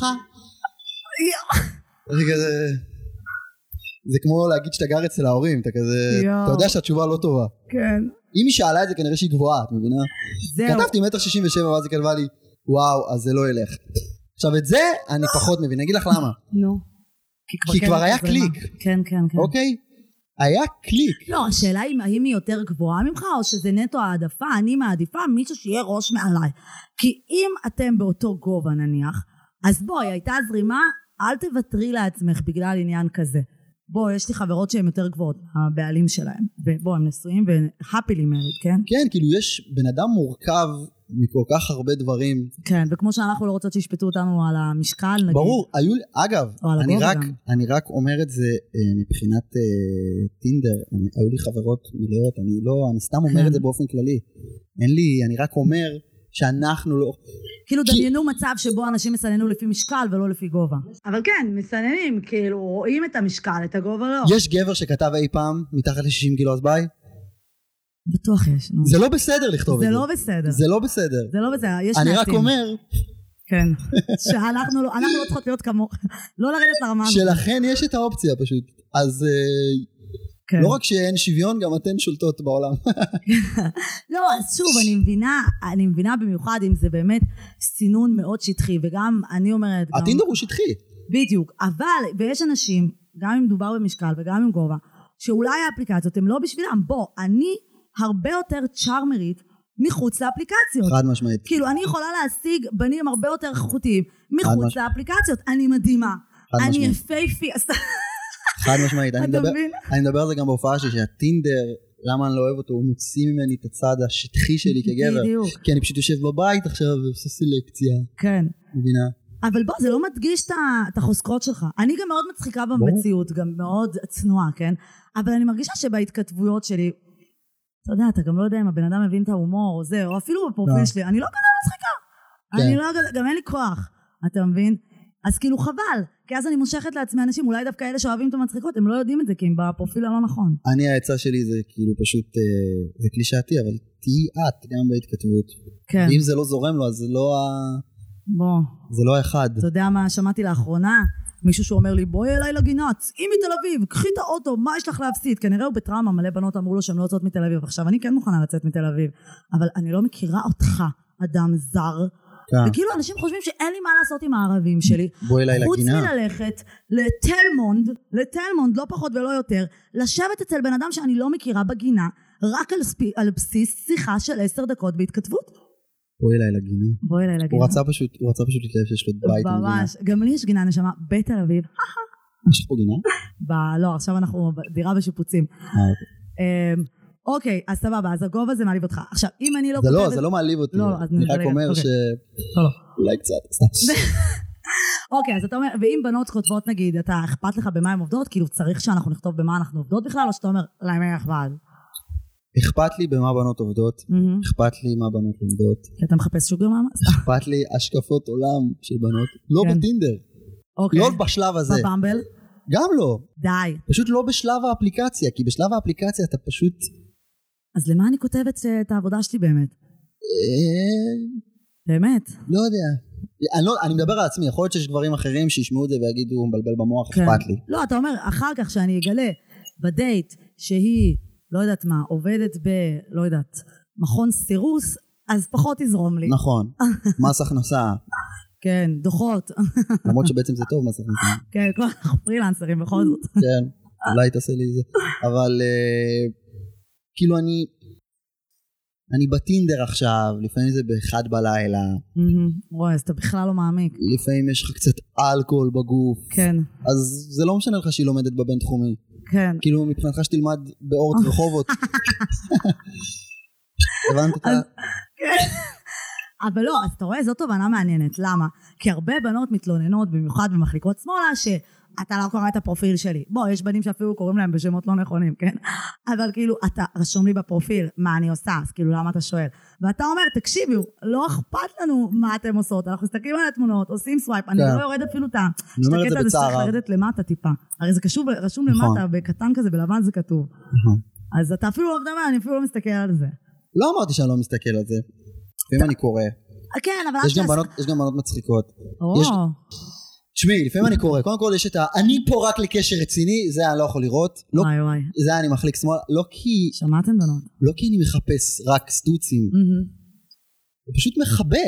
זה כמו להגיד שאתה גר אצל ההורים, אתה כזה, אתה יודע שהתשובה לא טובה. כן. אם היא שאלה את זה כנראה שהיא גבוהה, את מבינה? כתבתי מטר שישים ושבע, ואז היא כתבה לי, וואו, אז זה לא ילך. עכשיו את זה אני פחות מבין, אני אגיד לך למה. נו. כי כבר היה קליק. כן, כן, כן. אוקיי? היה קליק. לא, השאלה היא האם היא יותר גבוהה ממך, או שזה נטו העדפה, אני מעדיפה מישהו שיהיה ראש מעליי. כי אם אתם באותו גובה נניח, אז בואי, הייתה זרימה, אל תוותרי לעצמך בגלל עניין כזה. בוא, יש לי חברות שהן יותר גבוהות, הבעלים שלהם, ובוא, הם נשואים ו-happily married, כן? כן, כאילו יש בן אדם מורכב מכל כך הרבה דברים. כן, וכמו שאנחנו לא רוצות שישפטו אותנו על המשקל, נגיד. ברור, היו, אגב, אני רק, אני רק אומר את זה מבחינת טינדר, היו לי חברות מלאות, אני לא, אני סתם אומר את זה באופן כללי. אין לי, אני רק אומר שאנחנו לא... כאילו דמיינו מצב שבו אנשים מסננו לפי משקל ולא לפי גובה. אבל כן, מסננים, כאילו רואים את המשקל, את הגובה לא. יש גבר שכתב אי פעם מתחת ל-שישים קילו, אז ביי? בטוח יש, נו. זה לא בסדר לכתוב את זה. זה לא בסדר. זה לא בסדר. זה לא בסדר, יש אני רק אומר... כן, שאנחנו לא, אנחנו לא צריכות להיות כמו, לא לרדת לרמה. שלכן יש את האופציה פשוט. אז כן. לא רק שאין שוויון, גם אתן שולטות בעולם. לא, אז שוב, אני מבינה, אני מבינה במיוחד אם זה באמת סינון מאוד שטחי, וגם אני אומרת... הטינדר הוא שטחי. בדיוק, אבל, ויש אנשים, גם אם מדובר במשקל וגם עם גובה, שאולי האפליקציות הן לא בשבילם. בוא, אני הרבה יותר צ'ארמרית מחוץ לאפליקציות. חד משמעית. כאילו, אני יכולה להשיג בנים הרבה יותר איכותיים מחוץ לאפליקציות. אני מדהימה. אני יפהפי. חד משמעית. אני מדבר על זה גם בהופעה שלי, שהטינדר למה אני לא אוהב אותו, הוא מוציא ממני את הצד השטחי שלי כגבר, כי אני פשוט יושב בבית עכשיו ועושה סלקציה. כן. מבינה? אבל בוא, זה לא מדגיש את החוזקות שלך. אני גם מאוד מצחיקה במציאות, גם מאוד צנועה, כן? אבל אני מרגישה שבהתכתבויות שלי, אתה יודע, אתה גם לא יודע אם הבן אדם מבין את ההומור או זה, או אפילו בפרופיל שלי, אני לא כזה מצחיקה. אני לא, גם אין לי כוח, אתה מבין? אז כאילו חבל, כי אז אני מושכת לעצמי אנשים, אולי דווקא אלה שאוהבים את המצחיקות, הם לא יודעים את זה, כי הם בפרופיל הלא נכון. אני, העצה שלי זה כאילו פשוט, זה קלישאתי, אבל תהי את גם בהתכתבות. כן. אם זה לא זורם לו, אז זה לא ה... בוא. זה לא אחד. אתה יודע מה שמעתי לאחרונה? מישהו שאומר לי, בואי אליי לגינה, צאי מתל אביב, קחי את האוטו, מה יש לך להפסיד? כנראה הוא בטראומה, מלא בנות אמרו לו שהן לא יוצאות מתל אביב. עכשיו, אני כן מוכנה לצאת מתל אביב, אבל אני לא מכירה אותך, אדם זר. כן. וכאילו אנשים חושבים שאין לי מה לעשות עם הערבים שלי. בואי אליי חוץ לגינה. חוץ מללכת לתלמונד, לתלמונד, לא פחות ולא יותר, לשבת אצל בן אדם שאני לא מכירה בגינה, רק על, ספי, על בסיס שיחה של עשר דקות בהתכתבות. בואי אליי לגינה. בואי אליי לגינה. הוא רצה פשוט, הוא רצה פשוט להתלהב שיש לו בית. ממש, גם לי יש גינה נשמה בתל אביב. יש לך פה גינה? ב- לא, עכשיו אנחנו בדירה בשיפוצים. אוקיי, אז סבבה, אז הגובה זה מעליב אותך. עכשיו, אם אני לא זה כותבת... לא, זה לא מעליב אותי. לא, אז אני רק אומר ש... אולי קצת. אוקיי, אז אתה אומר, ואם בנות כותבות נגיד, אתה אכפת לך במה הן עובדות, כאילו צריך שאנחנו נכתוב במה אנחנו עובדות בכלל, או שאתה אומר, למה אכפת? אכפת לי במה בנות עובדות, אכפת לי מה בנות לומדות. כי אתה מחפש שוגר מאמץ? אכפת לי השקפות עולם של בנות, לא בטינדר, לא בשלב הזה. בבמבל? גם לא. די. פשוט לא בשלב האפליקציה, כי בשלב האפליקציה אתה פשוט... אז למה אני כותבת את העבודה שלי באמת? באמת? לא יודע. אני מדבר על עצמי, יכול להיות שיש גברים אחרים שישמעו את זה ויגידו, מבלבל במוח, אכפת לי. לא, אתה אומר, אחר כך שאני אגלה בדייט שהיא לא יודעת מה, עובדת ב, לא יודעת, מכון סירוס, אז פחות יזרום לי. נכון, מס הכנסה. כן, דוחות. למרות שבעצם זה טוב מס הכנסה. כן, כל אנחנו פרילנסרים בכל זאת. כן, אולי תעשה לי זה. אבל כאילו אני, אני בטינדר עכשיו, לפעמים זה באחד בלילה. וואי, אז אתה בכלל לא מעמיק. לפעמים יש לך קצת אלכוהול בגוף. כן. אז זה לא משנה לך שהיא לומדת בבין תחומי. כן. כאילו מבחינתך שתלמד באורט רחובות. הבנת אותה? כן. אבל לא, אז אתה רואה, זו תובנה מעניינת. למה? כי הרבה בנות מתלוננות, במיוחד במחליקות שמאלה, שאתה לא קורא את הפרופיל שלי. בוא, יש בנים שאפילו קוראים להם בשמות לא נכונים, כן? אבל כאילו, אתה רשום לי בפרופיל, מה אני עושה? אז כאילו, למה אתה שואל? ואתה אומר, תקשיבו, לא אכפת לנו מה אתם עושות. אנחנו מסתכלים על התמונות, עושים סווייפ, אני לא יורד אפילו את הקטע הזה שצריך לרדת למטה טיפה. הרי זה קשור, רשום למטה, בקטן כזה, בלבן זה כתוב. אז אתה אפילו לא מדבר, אני אפילו לא מסתכל על זה. לא אמרתי שאני לא מסתכל על זה. לפעמים אני קורא. כן, אבל... יש גם בנות מצחיקות. תשמעי, לפעמים אני קורא. קודם כל יש את ה... אני פה רק לקשר רציני, זה אני לא יכול לראות. וואי וואי. זה אני מחליק שמאל. לא כי... שמעתם בנות? לא כי אני מחפש רק סטוצים. הוא פשוט מחבא.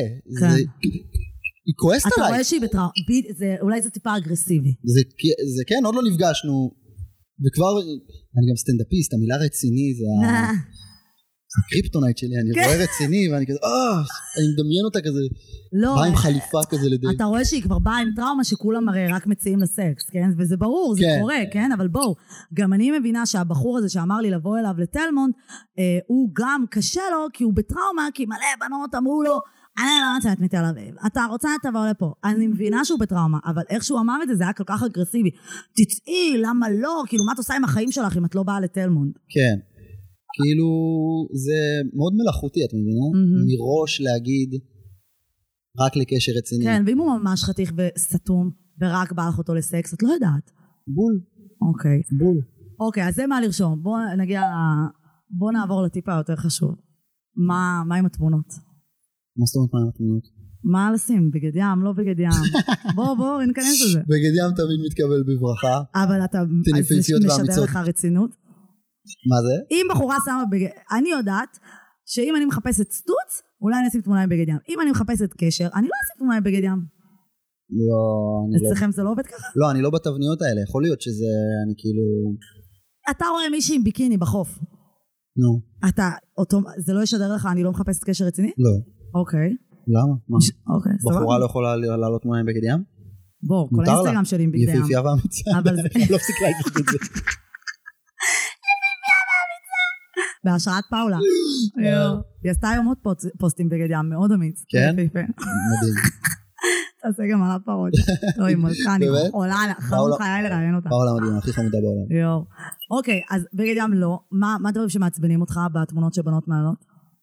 היא כועסת עליי. אתה רואה שהיא בטראומה. אולי זה טיפה אגרסיבי. זה כן, עוד לא נפגשנו. וכבר... אני גם סטנדאפיסט, המילה רציני זה ה... זה הקריפטונייט שלי, אני רואה רציני, ואני כזה, אה, אני מדמיין אותה כזה, באה עם חליפה כזה לדייט. אתה רואה שהיא כבר באה עם טראומה שכולם הרי רק מציעים לסקס, כן? וזה ברור, זה קורה, כן? אבל בואו, גם אני מבינה שהבחור הזה שאמר לי לבוא אליו לטלמונד, הוא גם קשה לו, כי הוא בטראומה, כי מלא בנות אמרו לו, אני לא רוצה את מתל אביב, אתה רוצה תבוא לפה. אני מבינה שהוא בטראומה, אבל איך שהוא אמר את זה, זה היה כל כך אגרסיבי. תצאי, למה לא? כאילו, מה את עושה עם החיים שלך אם את לא באה לטלמונד? כן. כאילו זה מאוד מלאכותי, את מבינה? מראש להגיד רק לקשר רציני. כן, ואם הוא ממש חתיך וסתום ורק בא לך אותו לסקס, את לא יודעת. בול. אוקיי. בול. אוקיי, אז זה מה לרשום. בוא נגיע, בוא נעבור לטיפה יותר חשוב. מה, מה עם התמונות? מה זאת אומרת מה עם התמונות? מה לשים? בגד ים, לא בגד ים. בוא, בוא, ניכנס לזה. בגד ים תמיד מתקבל בברכה. אבל אתה, טלוויזיות ואמיצות. משדר לך רצינות? מה זה? אם בחורה שמה בגד... אני יודעת שאם אני מחפשת סטוץ, אולי אני אשים תמונה עם בגד ים. אם אני מחפשת קשר, אני לא אשים תמונה עם בגד ים. לא, אני לא... אצלכם זה לא עובד ככה? לא, אני לא בתבניות האלה. יכול להיות שזה, אני כאילו... אתה רואה מישהי עם ביקיני בחוף. נו. אתה, אותו... זה לא ישדר לך, אני לא מחפשת קשר רציני? לא. אוקיי. למה? מה? אוקיי, סבבה. בחורה לא יכולה לעלות תמונה עם בגד ים? בוא, כל האינסטגרם שלי עם בגד ים. יפיפייה ואמיצה. אבל זה... לא פסיק להגיד את זה. בהשראת פאולה. היא עשתה היום עוד פוסטים בגד ים, מאוד אמיץ. כן? מדהים. תעשה גם על הפרות. לא, היא מלכה, אני חולה, חלום חיי לראיין אותה. פאולה מדהים, הכי חמודה בעולם. יואו. אוקיי, אז בגד ים לא. מה דברים שמעצבנים אותך בתמונות שבנות מעלות?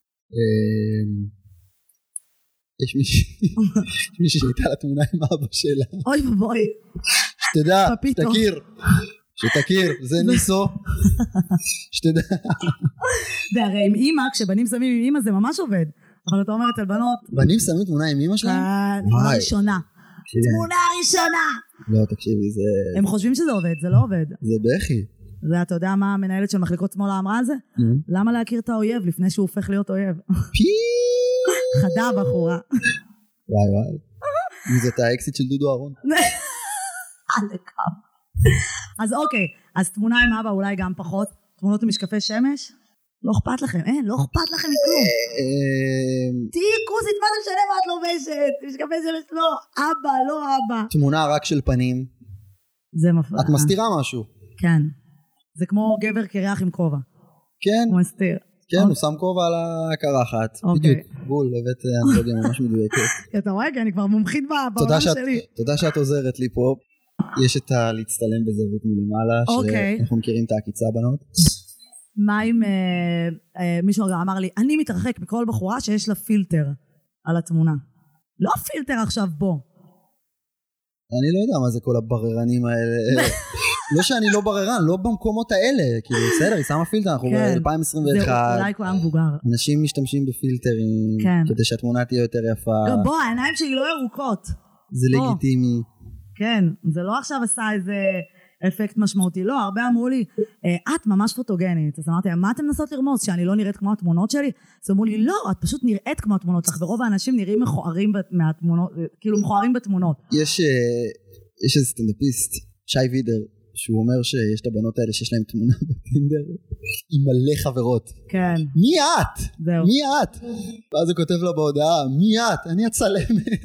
יש מישהי שהייתה לתמונה עם אבא שלה. אוי ובוי. שתדע, שתכיר. שתכיר, זה ניסו. שתדע. והרי עם אמא, כשבנים שמים עם אמא זה ממש עובד. אבל אתה אומרת על בנות. בנים שמים תמונה עם אמא שלהם? תמונה ראשונה. תמונה ראשונה. לא, תקשיבי, זה... הם חושבים שזה עובד, זה לא עובד. זה בכי. זה, אתה יודע מה המנהלת של מחלקות שמאלה אמרה על זה? למה להכיר את האויב לפני שהוא הופך להיות אויב? חדה בחורה. וואי וואי. זאת האקסיט של דודו אהרון. אז אוקיי, אז תמונה עם אבא אולי גם פחות. תמונות עם משקפי שמש? לא אכפת לכם, אין, לא אכפת לכם מכלום. תהי כוסית, מה זה משנה מה את לובשת? משקפי שמש לא, אבא, לא אבא. תמונה רק של פנים. זה מפריע. את מסתירה משהו. כן. זה כמו גבר קרח עם כובע. כן. הוא מסתיר. כן, הוא שם כובע על הקרחת. בדיוק, בול, הבאת אנלוגיה ממש מדויקת. אתה רואה, אני כבר מומחית בעולם שלי. תודה שאת עוזרת לי פה. יש את הלהצטלם בזווית מלמעלה, שאנחנו מכירים את העקיצה בנות. מה אם מישהו אמר לי, אני מתרחק מכל בחורה שיש לה פילטר על התמונה. לא פילטר עכשיו בו. אני לא יודע מה זה כל הבררנים האלה. לא שאני לא בררן, לא במקומות האלה. כאילו, בסדר, היא שמה פילטר, אנחנו ב-אלפיים עשרים ואחת. זה אולי כבר מבוגר. אנשים משתמשים בפילטרים, כדי שהתמונה תהיה יותר יפה. לא, בוא, העיניים שלי לא ירוקות. זה לגיטימי. כן, זה לא עכשיו עשה איזה אפקט משמעותי. לא, הרבה אמרו לי, את ממש פוטוגנית. אז אמרתי, מה אתם מנסות לרמוז? שאני לא נראית כמו התמונות שלי? אז אמרו לי, לא, את פשוט נראית כמו התמונות שלך, ורוב האנשים נראים מכוערים מהתמונות, כאילו מכוערים בתמונות. יש, יש איזה סטנדאפיסט, שי וידר, שהוא אומר שיש את הבנות האלה שיש להם תמונה בטינדר עם מלא חברות. כן. מי את? זהו. מי את? ואז הוא כותב לה בהודעה, מי את? אני הצלמת.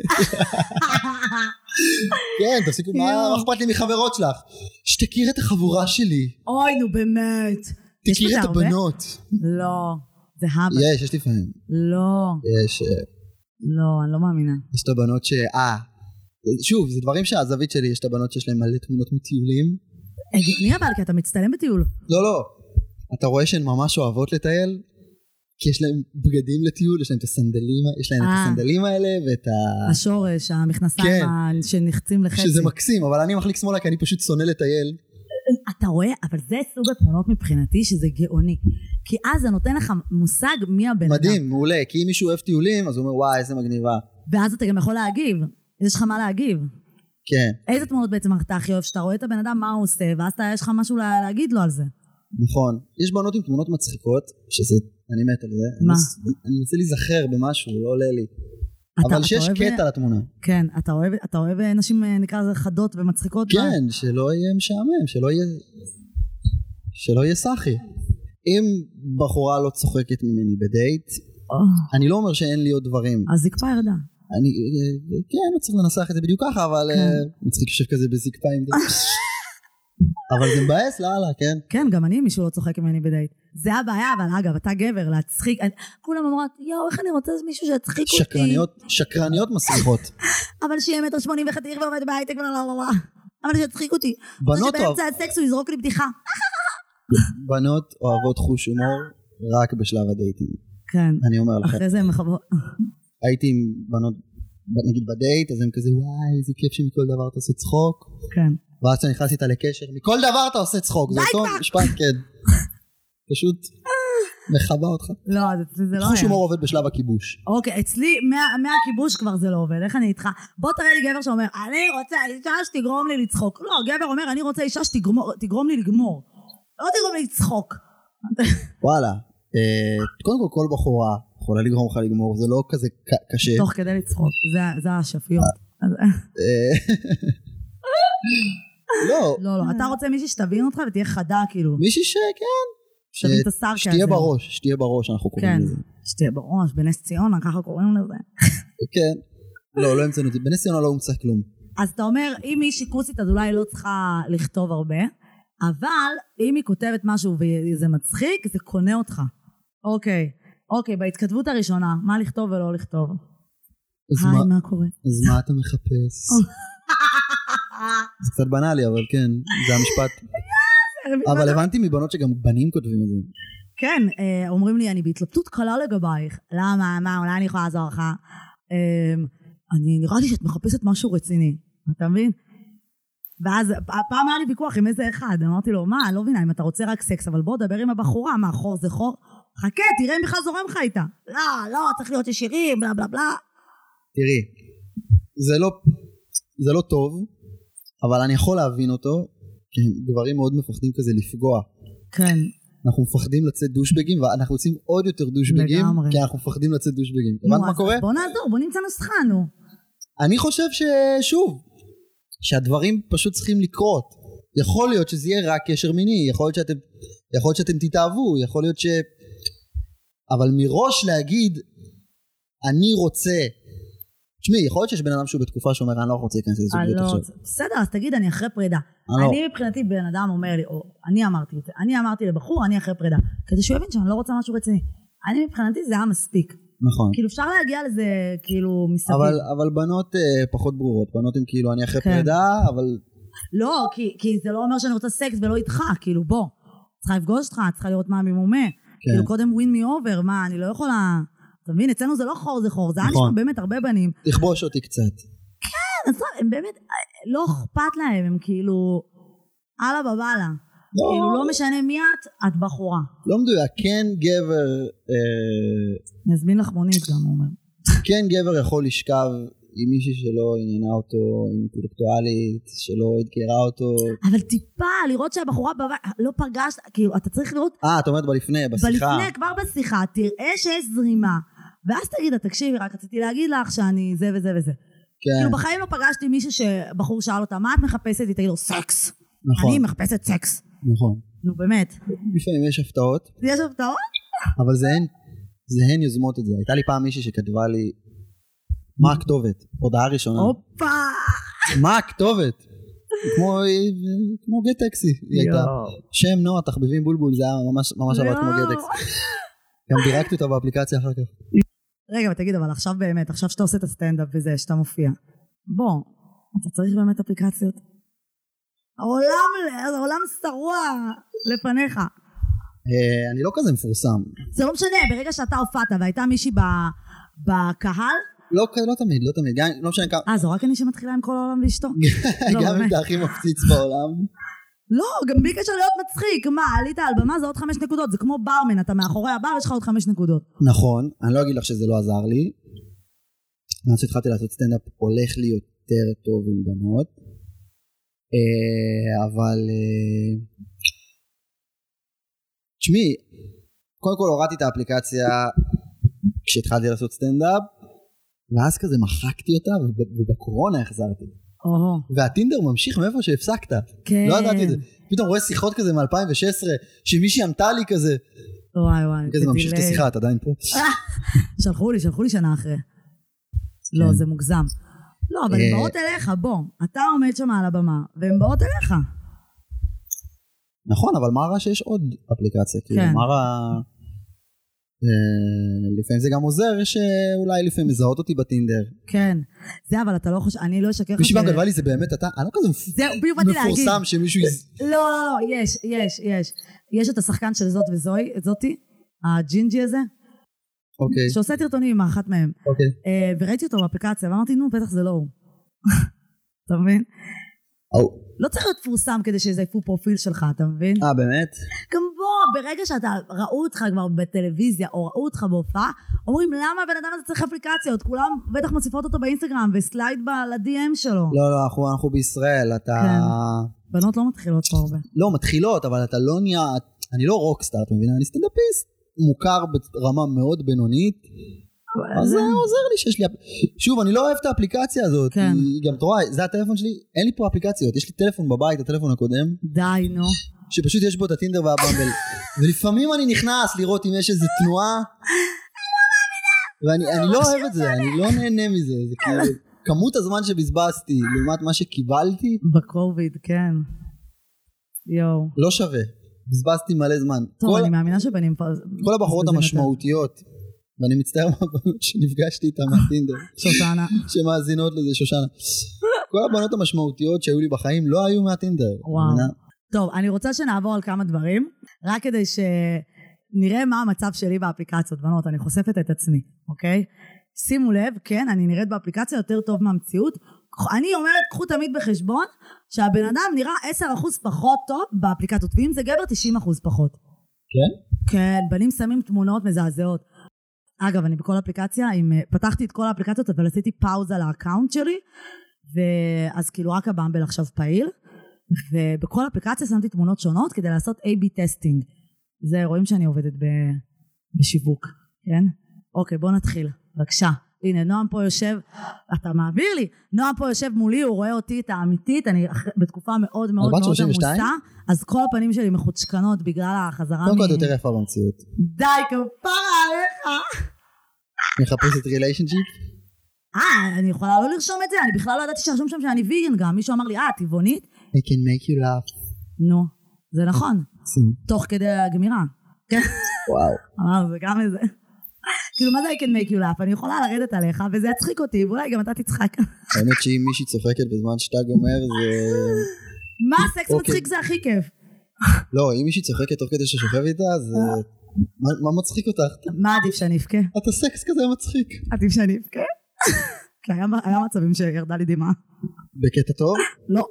כן, תפסיקו, מה אכפת לי מחברות שלך? שתכיר את החבורה שלי. אוי, נו באמת. תכיר את הבנות. לא, זה הבא. יש, יש לפעמים. לא. יש. לא, אני לא מאמינה. יש את הבנות ש... אה, שוב, זה דברים שהזווית שלי, יש את הבנות שיש להם מלא תמונות מטיולים. הגיוני אבל, כי אתה מצטלם בטיול. לא, לא. אתה רואה שהן ממש אוהבות לטייל, כי יש להם בגדים לטיול, יש להם את הסנדלים, יש להם את הסנדלים האלה ואת ה... השורש, המכנסיים שנחצים לחצי. שזה מקסים, אבל אני מחליק שמאלה כי אני פשוט שונא לטייל. אתה רואה, אבל זה סוג התמונות מבחינתי שזה גאוני. כי אז זה נותן לך מושג מי הבן אדם. מדהים, מעולה, כי אם מישהו אוהב טיולים, אז הוא אומר, וואי, איזה מגניבה. ואז אתה גם יכול להגיב. יש לך מה להגיב. כן. איזה תמונות בעצם אתה הכי אוהב? שאתה רואה את הבן אדם מה הוא עושה, ואז יש לך משהו להגיד לו על זה. נכון. יש בנות עם תמונות מצחיקות, שזה, אני מת על זה. מה? אני רוצה להיזכר במשהו, לא עולה לי. אבל שיש קטע לתמונה. כן, אתה אוהב, אתה אוהב נשים, נקרא לזה חדות ומצחיקות? כן, שלא יהיה משעמם, שלא יהיה, שלא יהיה סחי. אם בחורה לא צוחקת ממני בדייט, אני לא אומר שאין לי עוד דברים. אז זקפה ירדה. אני, כן, לא צריך לנסח את זה בדיוק ככה, אבל מצחיק יושב כזה בזקפה עם זה. אבל זה מבאס, לאללה, כן? כן, גם אני, מישהו לא צוחק ממני בדייט. זה הבעיה, אבל אגב, אתה גבר, להצחיק, כולם אמרות, יואו, איך אני רוצה מישהו שיצחיק אותי? שקרניות, שקרניות מסריחות. אבל שיהיה מטר שמונים וחתיך ועובד בהייטק ולללה. אבל שיצחיק אותי. בנות אוהב... שבאמצע הסקס הוא יזרוק לי בדיחה. בנות אוהבות חוש הומור רק בשלב הדייטים. כן. אני אומר לכם. אחרי זה הם מחברות. הייתי עם בנות, נגיד בדייט, אז הם כזה, וואי, איזה כיף שמכל דבר אתה עושה צחוק. כן. ואז שאני נכנס איתה לקשר, מכל דבר אתה עושה צחוק. זה אותו משפט, כן. פשוט מחבא אותך. לא, זה לא היה. חוש הומור עובד בשלב הכיבוש. אוקיי, אצלי, מהכיבוש כבר זה לא עובד. איך אני איתך? בוא תראה לי גבר שאומר, אני רוצה אישה שתגרום לי לצחוק. לא, גבר אומר, אני רוצה אישה שתגרום לי לגמור. לא תגרום לי לצחוק. וואלה. קודם כל, כל בחורה יכולה לגרום לך לגמור, זה לא כזה קשה. תוך כדי לצחוק, זה השפיות. לא. לא, לא, אתה רוצה מישהי שתבין אותך ותהיה חדה, כאילו. מישהי שכן. שתבין את הסרקה הזה. שתהיה בראש, שתהיה בראש, אנחנו קוראים לזה. כן, שתהיה בראש, בנס ציונה, ככה קוראים לזה. כן. לא, לא המצאנו את זה. בנס ציונה לא הומצא כלום. אז אתה אומר, אם מישהי כוסית, אז אולי לא צריכה לכתוב הרבה, אבל אם היא כותבת משהו וזה מצחיק, זה קונה אותך. אוקיי, אוקיי, בהתכתבות הראשונה, מה לכתוב ולא לכתוב? אז היי, מה- מה קורה? אז מה אתה מחפש? זה קצת בנאלי, אבל כן, זה המשפט. אבל הבנתי מבנות שגם בנים כותבים את זה. כן, אה, אומרים לי, אני בהתלבטות קלה לגבייך. למה? מה? אולי אני יכולה לעזור לך? אה, אני נראה לי שאת מחפשת משהו רציני. אתה מבין? ואז פעם היה לי ויכוח עם איזה אחד. אמרתי לו, מה? אני לא מבינה, אם אתה רוצה רק סקס, אבל בוא דבר עם הבחורה, מה, חור זה חור? חכה, תראה אם בכלל זורם לך איתה. לא, לא, צריך להיות ישירים, בלה בלה בלה. תראי, זה לא, זה לא טוב, אבל אני יכול להבין אותו, כי גברים מאוד מפחדים כזה לפגוע. כן. אנחנו מפחדים לצאת דושבגים, ואנחנו רוצים עוד יותר דושבגים, לגמרי. כי אנחנו מפחדים לצאת דושבגים. נו, הבנת מה אז קורה? בוא נעזור, בוא נמצא נוסחה, נו. אני חושב ששוב, שהדברים פשוט צריכים לקרות. יכול להיות שזה יהיה רק קשר מיני, יכול להיות שאתם, יכול להיות שאתם תתאהבו, יכול להיות ש... אבל מראש להגיד, אני רוצה... תשמעי, יכול להיות שיש בן אדם שהוא בתקופה שאומר, אני לא רוצה להיכנס לזוגיות אני לא עכשיו. רוצה. בסדר, אז תגיד, אני אחרי פרידה. לא. אני מבחינתי, בן אדם אומר לי, או אני אמרתי את זה, אני אמרתי לבחור, אני אחרי פרידה. כדי שהוא יבין שאני לא רוצה משהו רציני. אני מבחינתי זה היה מספיק. נכון. כאילו אפשר להגיע לזה, כאילו, מסביב. אבל, אבל בנות אה, פחות ברורות, בנות הן כאילו, אני אחרי כן. פרידה, אבל... לא, כי, כי זה לא אומר שאני רוצה סקס ולא איתך, כאילו בוא. צריכה לפגוש אותך, צריכה לראות מה ממומה. כן. כאילו קודם win me over, מה, אני לא יכולה... אתה מבין, אצלנו זה לא חור, זה חור. זה היה נכון. נשמע באמת הרבה בנים. תכבוש אותי קצת. אז הם באמת, לא אכפת להם, הם כאילו, הלאה בבאללה. לא. כאילו לא משנה מי את, את בחורה. לא מדויק, כן גבר, אה, נזמין לך מונית גם, הוא אומר. כן גבר יכול לשכב עם מישהי שלא עניינה אותו, אינטלקטואלית, שלא התגרה אותו. אבל טיפה, לראות שהבחורה בבית, לא פגשת, כאילו, אתה צריך לראות, אה, את אומרת בלפני, בשיחה. בלפני, כבר בשיחה, תראה שיש זרימה. ואז תגיד, תקשיבי, רק רציתי להגיד לך שאני זה וזה וזה. כן, כאילו, בחיים לא פגשתי מישהו שבחור שאל אותה, מה את מחפשת? היא תגיד לו, סקס. נכון. אני מחפשת סקס. נכון. נו, באמת. לפעמים יש הפתעות, יש הפתעות? אבל זה הן, זה הן יוזמות את זה. הייתה לי פעם מישהי שכתבה לי, מה הכתובת? הודעה ראשונה. הופה! מה הכתובת? כמו, כמו גט טקסי. היא הייתה, שם נועה, תחביבים בולבול, זה היה ממש, ממש עבד כמו גט טקסי. גם דירקתי אותה באפליקציה אחר כך. רגע, ותגיד, אבל עכשיו באמת, עכשיו שאתה עושה את הסטנדאפ וזה, שאתה מופיע, בוא, אתה צריך באמת אפליקציות. העולם, העולם שרוע לפניך. אני לא כזה מפורסם. זה לא משנה, ברגע שאתה הופעת והייתה מישהי בקהל, לא, לא תמיד, לא תמיד, גם, לא משנה כמה. אה, זו רק אני שמתחילה עם כל העולם ואשתו? גם אם אתה הכי מפציץ בעולם. לא, גם בלי קשר להיות מצחיק, מה, עלית על במה, זה עוד חמש נקודות, זה כמו ברמן, אתה מאחורי הבר, יש לך עוד חמש נקודות. נכון, אני לא אגיד לך שזה לא עזר לי. אני חושב שהתחלתי לעשות סטנדאפ, הולך לי יותר טוב עם בנות. אבל... תשמעי, קודם כל הורדתי את האפליקציה כשהתחלתי לעשות סטנדאפ, ואז כזה מחקתי אותה, ובקורונה החזרתי. והטינדר ממשיך מאיפה שהפסקת. לא ידעתי את זה. פתאום רואה שיחות כזה מ-אלפיים ושש עשרה, שמישהי עמתה לי כזה. וואי וואי. כזה ממשיך את השיחה, את עדיין פה. שלחו לי, שלחו לי שנה אחרי. לא, זה מוגזם. לא, אבל הן באות אליך, בוא. אתה עומד שם על הבמה, והן באות אליך. נכון, אבל מה רע שיש עוד אפליקציה? כן. מה רע... לפעמים זה גם עוזר שאולי לפעמים מזהות אותי בטינדר. כן, זה אבל אתה לא חושב, אני לא אשקר לך. מישהו גם כתבה לי זה באמת אתה, אני לא כזה מפורסם שמישהו... לא, לא, לא, יש, יש, יש. יש את השחקן של זאת וזוי, את זאתי, הג'ינג'י הזה, שעושה תרטונים עם האחת מהם. וראיתי אותו באפליקציה, ואמרתי, נו, בטח זה לא הוא. אתה מבין? לא צריך להיות פורסם כדי שיזייפו פרופיל שלך, אתה מבין? אה, באמת? גם בוא, ברגע שאתה ראו אותך כבר בטלוויזיה, או ראו אותך בהופעה, אומרים, למה הבן אדם הזה צריך אפליקציות? כולם בטח מוסיפות אותו באינסטגרם, וסלייד ל-די אם שלו. לא, לא, אנחנו, אנחנו בישראל, אתה... כן. בנות לא מתחילות פה הרבה. לא, מתחילות, אבל אתה לא נהיה... אני לא רוקסטאר, אתה מבין? אני סטנדאפיסט, מוכר ברמה מאוד בינונית, אז זה עוזר לי שיש לי... שוב, אני לא אוהב את האפליקציה הזאת. כן. גם תראה, זה הטלפון שלי, אין לי פה אפליקציות. יש לי טלפון בבית, הטלפון הקודם. די, נו. שפשוט יש בו את הטינדר והבמבל. ולפעמים אני נכנס לראות אם יש איזו תנועה. ואני לא אוהב את זה, אני לא נהנה מזה. זה כאילו, כמות הזמן שבזבזתי, לעומת מה שקיבלתי. בקוביד, כן. יואו. לא שווה. בזבזתי מלא זמן. טוב, אני מאמינה שבנים פה... כל הבחורות המשמעותיות, ואני מצטער מהבנות שנפגשתי איתן מהטינדר. שושנה. שמאזינות לזה, שושנה. כל הבנות המשמעותיות שהיו לי בחיים לא היו מהטינדר. וואו. טוב, אני רוצה שנעבור על כמה דברים, רק כדי שנראה מה המצב שלי באפליקציות, בנות, אני חושפת את עצמי, אוקיי? שימו לב, כן, אני נראית באפליקציה יותר טוב מהמציאות. אני אומרת, קחו תמיד בחשבון, שהבן אדם נראה עשרה אחוז פחות טוב באפליקציות, ואם זה גבר תשעים אחוז פחות. כן? כן, בנים שמים תמונות מזעזעות. אגב, אני בכל אפליקציה, אם פתחתי את כל האפליקציות, אבל עשיתי פאוזה לאקאונט שלי, ואז כאילו רק הבמבל עכשיו פעיל, ובכל אפליקציה שמתי תמונות שונות, כדי לעשות איי בי טסטינג. זה, רואים שאני עובדת בשיווק, כן? אוקיי, בוא נתחיל, בבקשה. הנה, נועם פה יושב, אתה מעביר לי, נועם פה יושב מולי, הוא רואה אותי את האמיתית, אני בתקופה מאוד מאוד מאוד עמוסה, אז כל הפנים שלי מחוצ'קנות בגלל החזרה מ... קודם כל יותר יפה במציאות. די, כפרה עליך. מחפשת ריליישנשיפ? אה, אני יכולה לא לרשום את זה, אני בכלל לא ידעתי שרשום שם שאני ויגן גם, מישהו אמר לי, אה, טבעונית? I can make you laugh. נו, זה נכון. תוך כדי הגמירה. וואו. אמר, זה גם איזה... כאילו, מה זה I can make you laugh? אני יכולה לרדת עליך, וזה יצחיק אותי, ואולי גם אתה תצחק. האמת שאם מישהי צוחקת בזמן שאתה גומר, זה... מה, סקס מצחיק זה הכי כיף. לא, אם מישהי צוחקת תוך כדי ששוכב איתה, אז... מה מצחיק אותך? מה עדיף שאני אבכה? אתה סקס כזה מצחיק. עדיף שאני אבכה? כי היה מצבים שירדה לי דמעה. בקטע טוב? לא.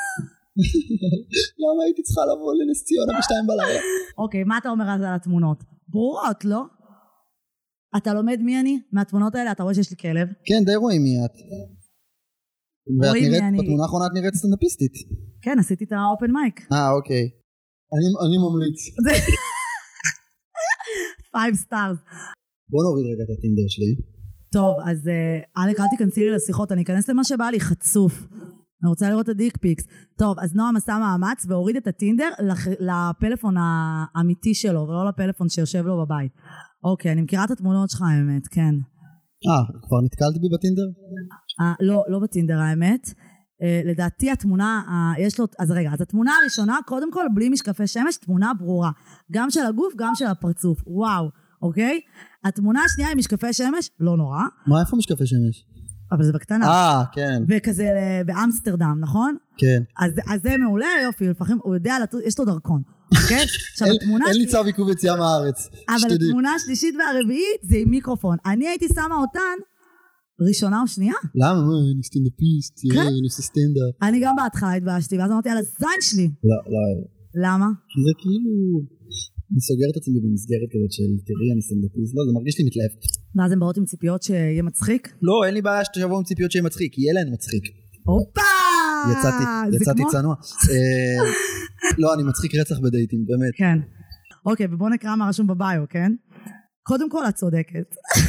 למה הייתי צריכה לבוא לנס ציונה בשתיים בלילה? אוקיי, מה אתה אומר על התמונות? ברורות, לא? אתה לומד מי אני? מהתמונות האלה אתה רואה שיש לי כלב? כן, די רואים מי את. ואת נראית, בתמונה האחרונה את נראית סטנדאפיסטית. כן, עשיתי את האופן מייק. אה, אוקיי. אני ממליץ. פייב סטארס. בוא נוריד רגע את הטינדר שלי. טוב, אז אלק, אל תיכנסי לי לשיחות, אני אכנס למה שבא לי, חצוף. אני רוצה לראות את הדיק פיקס. טוב, אז נועם עשה מאמץ והוריד את הטינדר לפלאפון האמיתי שלו, ולא לפלאפון שיושב לו בבית. אוקיי, אני מכירה את התמונות שלך, האמת, כן. אה, כבר נתקלתי בי בטינדר? אה, לא, לא בטינדר, האמת. לדעתי התמונה, יש לו, אז רגע, אז התמונה הראשונה, קודם כל, בלי משקפי שמש, תמונה ברורה. גם של הגוף, גם של הפרצוף. וואו, אוקיי? התמונה השנייה עם משקפי שמש, לא נורא. מה, איפה משקפי שמש? אבל זה בקטנה. אה, כן. וכזה באמסטרדם, נכון? כן. אז, אז זה מעולה, יופי, לפעמים הוא יודע, יש לו דרכון. כן? עכשיו, התמונה... אין לי צו עיכוב יציאה מהארץ. אבל התמונה השלישית והרביעית זה עם מיקרופון. אני הייתי שמה אותן ראשונה או שנייה. למה? מה? אני סטנדאפיסט, אני עושה סטנדאפ. אני גם בהתחלה התבאשתי, ואז אמרתי על הזין שלי. לא, לא. למה? כי זה כאילו... אני סוגר את עצמי במסגרת כזאת של תראי, אני סטנדאפיסט. לא, זה מרגיש לי מתלהב. ואז הן באות עם ציפיות שיהיה מצחיק? לא, אין לי בעיה שתשבו עם ציפיות שיהיה מצחיק, כי יהיה להן מצחיק. הופה! יצאתי, יצאתי צנוע. לא, אני מצחיק רצח בדייטים, באמת. כן. אוקיי, ובוא נקרא מה רשום בביו, כן? קודם כל את צודקת.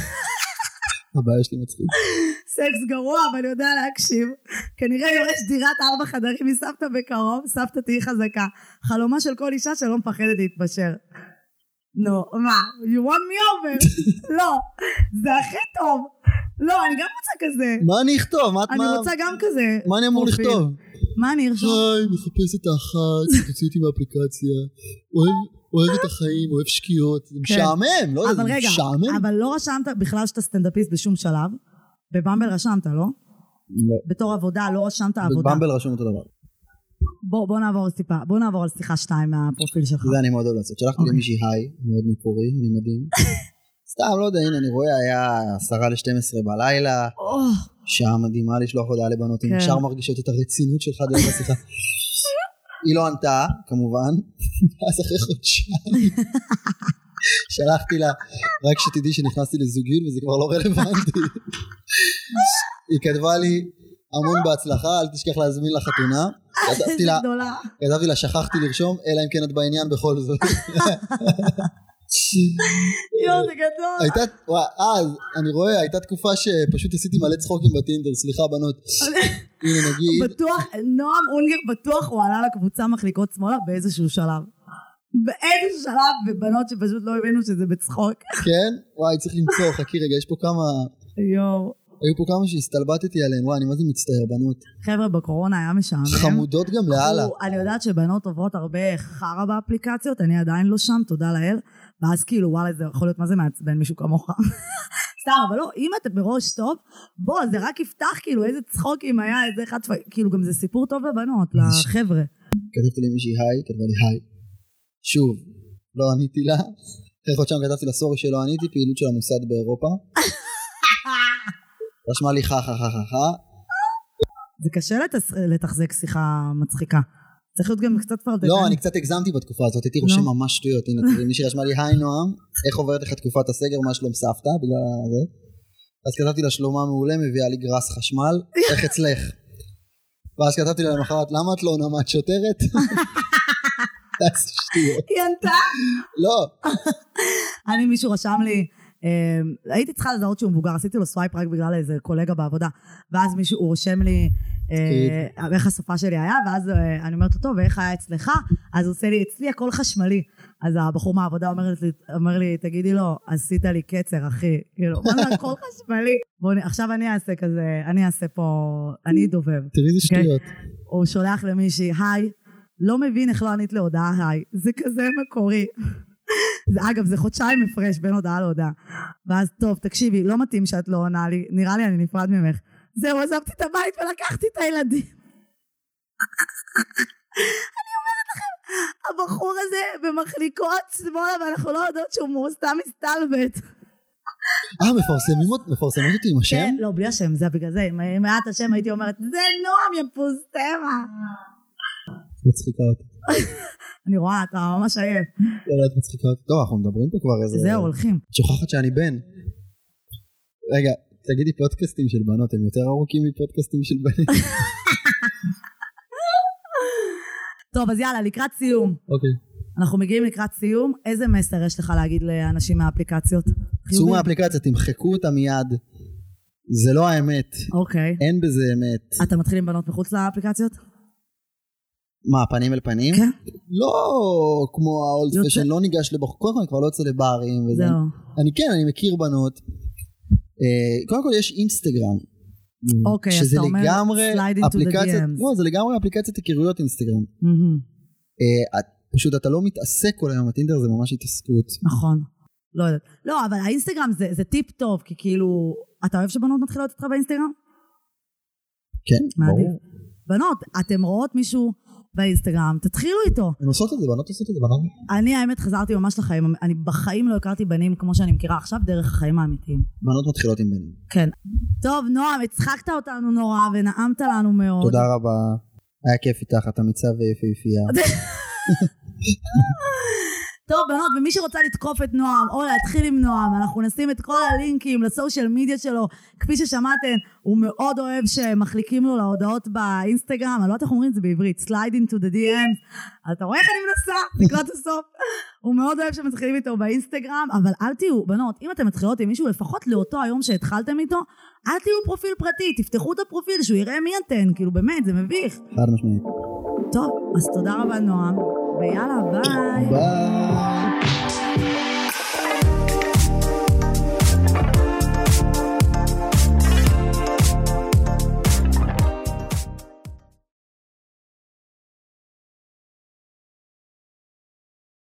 הבעיה שלי מצחיק. סקס גרוע, אבל אני יודע להקשיב. כנראה יורש דירת ארבע חדרים מסבתא בקרוב, סבתא תהי חזקה. חלומה של כל אישה שלא מפחדת להתפשר. נו, מה? You want me over? לא, זה הכי טוב. לא, אני גם רוצה כזה. מה אני אכתוב? אני רוצה גם כזה. מה אני אמור לכתוב? מה אני ארשום? היי, מחפש את האחת, תוציא אותי באפליקציה. אוהב את החיים, אוהב שקיעות. זה משעמם, לא? זה משעמם. אבל לא רשמת בכלל שאתה סטנדאפיסט בשום שלב. בבמבל רשמת, לא? לא. בתור עבודה, לא רשמת עבודה. בבמבל רשום אותו דבר. בוא, בוא נעבור לסיפה, בוא נעבור על שיחה שתיים מהפרופיל שלך. זה אני מאוד אוהב לעשות. שלחתי למישהי היי, מאוד מקורי, אני מדהים. סתם, לא יודע, הנה, אני רואה, היה עשרה לשתים עשרה בלילה, שעה מדהימה לשלוח הודעה לבנות, אם אפשר מרגישות את הרצינות שלך דרך השיחה. היא לא ענתה, כמובן, אז אחרי חודשיים, שלחתי לה, רק שתדעי שנכנסתי לזוגיות, וזה כבר לא רלוונטי. היא כתבה לי, המון בהצלחה, אל תשכח להזמין לחתונה. כתבתי לה, כתבתי לה, שכחתי לרשום, אלא אם כן את בעניין בכל זאת. יואו, זה גדול. הייתה, אז, אני רואה, הייתה תקופה שפשוט עשיתי מלא צחוקים בטינדר, סליחה בנות. הנה נגיד. בטוח, נועם אונגר בטוח הוא עלה לקבוצה מחליקות שמאלה באיזשהו שלב. באיזשהו שלב, ובנות שפשוט לא הבינו שזה בצחוק. כן? וואי, צריך למצוא, חכי רגע, יש פה כמה... יואו. היו פה כמה שהסתלבטתי עליהן, וואי, אני מה זה מצטער, בנות. חבר'ה, בקורונה היה משעמם. חמודות גם לאללה. אני יודעת שבנות עוברות הרבה חרא באפליקציות, אני עדיין לא שם, תודה לאל. ואז כאילו, וואלה, זה יכול להיות מה זה מעצבן מישהו כמוך. סתם, אבל לא, אם אתה בראש טוב, בוא, זה רק יפתח כאילו איזה צחוקים היה, איזה אחד, כאילו גם זה סיפור טוב לבנות, לחבר'ה. כתבתי לי מישהי היי, כתבה לי היי. שוב, לא עניתי לה. אחרי חודשיים כתבתי לה סורי שלא עניתי, פעילות של המוסד באירופה. רשמה לי חה חה חה חה חה. זה קשה לתחזק שיחה מצחיקה. צריך להיות גם קצת פרדן. לא, אני קצת הגזמתי בתקופה הזאת, הייתי רושם ממש שטויות. הנה, מי שרשמה לי היי נועם, איך עוברת לך תקופת הסגר, מה שלום סבתא, בגלל זה. אז כתבתי לה שלומה מעולה, מביאה לי גרס חשמל, איך אצלך? ואז כתבתי לה למחרת, למה את לא נעמת שוטרת? היא ענתה? לא. אני מישהו רשם לי, הייתי צריכה לזהות שהוא מבוגר, עשיתי לו סווייפ רק בגלל איזה קולגה בעבודה, ואז מישהו, הוא רושם לי, איך הסופה שלי היה, ואז אני אומרת לו, טוב, ואיך היה אצלך? אז הוא עושה לי, אצלי הכל חשמלי. אז הבחור מהעבודה אומר לי, תגידי לו, עשית לי קצר, אחי. כאילו, מה זה הכל חשמלי? עכשיו אני אעשה כזה, אני אעשה פה, אני דובב. תראי איזה שטויות. הוא שולח למישהי, היי, לא מבין איך לא ענית להודעה, היי. זה כזה מקורי. אגב, זה חודשיים מפרש בין הודעה להודעה. ואז, טוב, תקשיבי, לא מתאים שאת לא עונה לי, נראה לי אני נפרד ממך. זהו, עזבתי את הבית ולקחתי את הילדים. אני אומרת לכם, הבחור הזה במחליקות שמאלה, ואנחנו לא יודעות שהוא סתם מסתלבט. אה, מפרסמות אותי עם השם? כן, לא, בלי השם, זה בגלל זה. אם היה את השם הייתי אומרת, זה נועם, יפוסטמה. מצחיקה אותי. אני רואה, אתה ממש עייף. לא, את מצחיקה אותי. טוב, אנחנו מדברים פה כבר איזה... זהו, הולכים. שוכחת שאני בן. רגע, תגידי, פודקאסטים של בנות, הם יותר ארוכים מפודקאסטים של בנים? טוב, אז יאללה, לקראת סיום. אוקיי. אנחנו מגיעים לקראת סיום. איזה מסר יש לך להגיד לאנשים מהאפליקציות? צאו מהאפליקציה, תמחקו אותה מיד. זה לא האמת. אוקיי. אין בזה אמת. אתה מתחיל עם בנות מחוץ לאפליקציות? מה, פנים אל פנים? כן. לא כמו האולד פשן, לא ניגש לבחור, קודם כל אני כבר לא יוצא לברים. זהו. אני כן, אני מכיר בנות. קודם כל יש אינסטגרם. אוקיי, אז אתה אומר slide into the די אמס. לא, זה לגמרי אפליקציית היכרויות אינסטגרם. פשוט אתה לא מתעסק כל היום, הטינדר זה ממש התעסקות. נכון. לא יודעת. לא, אבל האינסטגרם זה טיפ טוב, כי כאילו, אתה אוהב שבנות מתחילות איתך באינסטגרם? כן, ברור. בנות, אתם רואות מישהו באינסטגרם, תתחילו איתו. הן עושות את זה, בנות עושות את זה, בנות. אני האמת חזרתי ממש לחיים, אני בחיים לא הכרתי בנים כמו שאני מכירה עכשיו, דרך החיים האמיתיים. בנות מתחילות עם בנים. כן. טוב, נועם, הצחקת אותנו נורא ונעמת לנו מאוד. תודה רבה. היה כיף איתך, אתה מיצה ויפהפייה. טוב, בנות, ומי שרוצה לתקוף את נועם, או להתחיל עם נועם, אנחנו נשים את כל הלינקים לסושיאל מדיה שלו, כפי ששמעתם, הוא מאוד אוהב שמחליקים לו להודעות באינסטגרם, אני לא יודעת איך אומרים את זה בעברית, slide into the די אמס, אתה רואה איך אני מנסה לקראת הסוף? הוא מאוד אוהב שמתחילים איתו באינסטגרם, אבל אל תהיו, בנות, אם אתם מתחילות עם מישהו, לפחות לאותו היום שהתחלתם איתו, אל תהיו פרופיל פרטי, תפתחו את הפרופיל, שהוא יראה מי אתן, כאילו באמת, זה מביך. חד משמעית. טוב, אז תודה רבה נועם, ויאללה, ביי. ביי.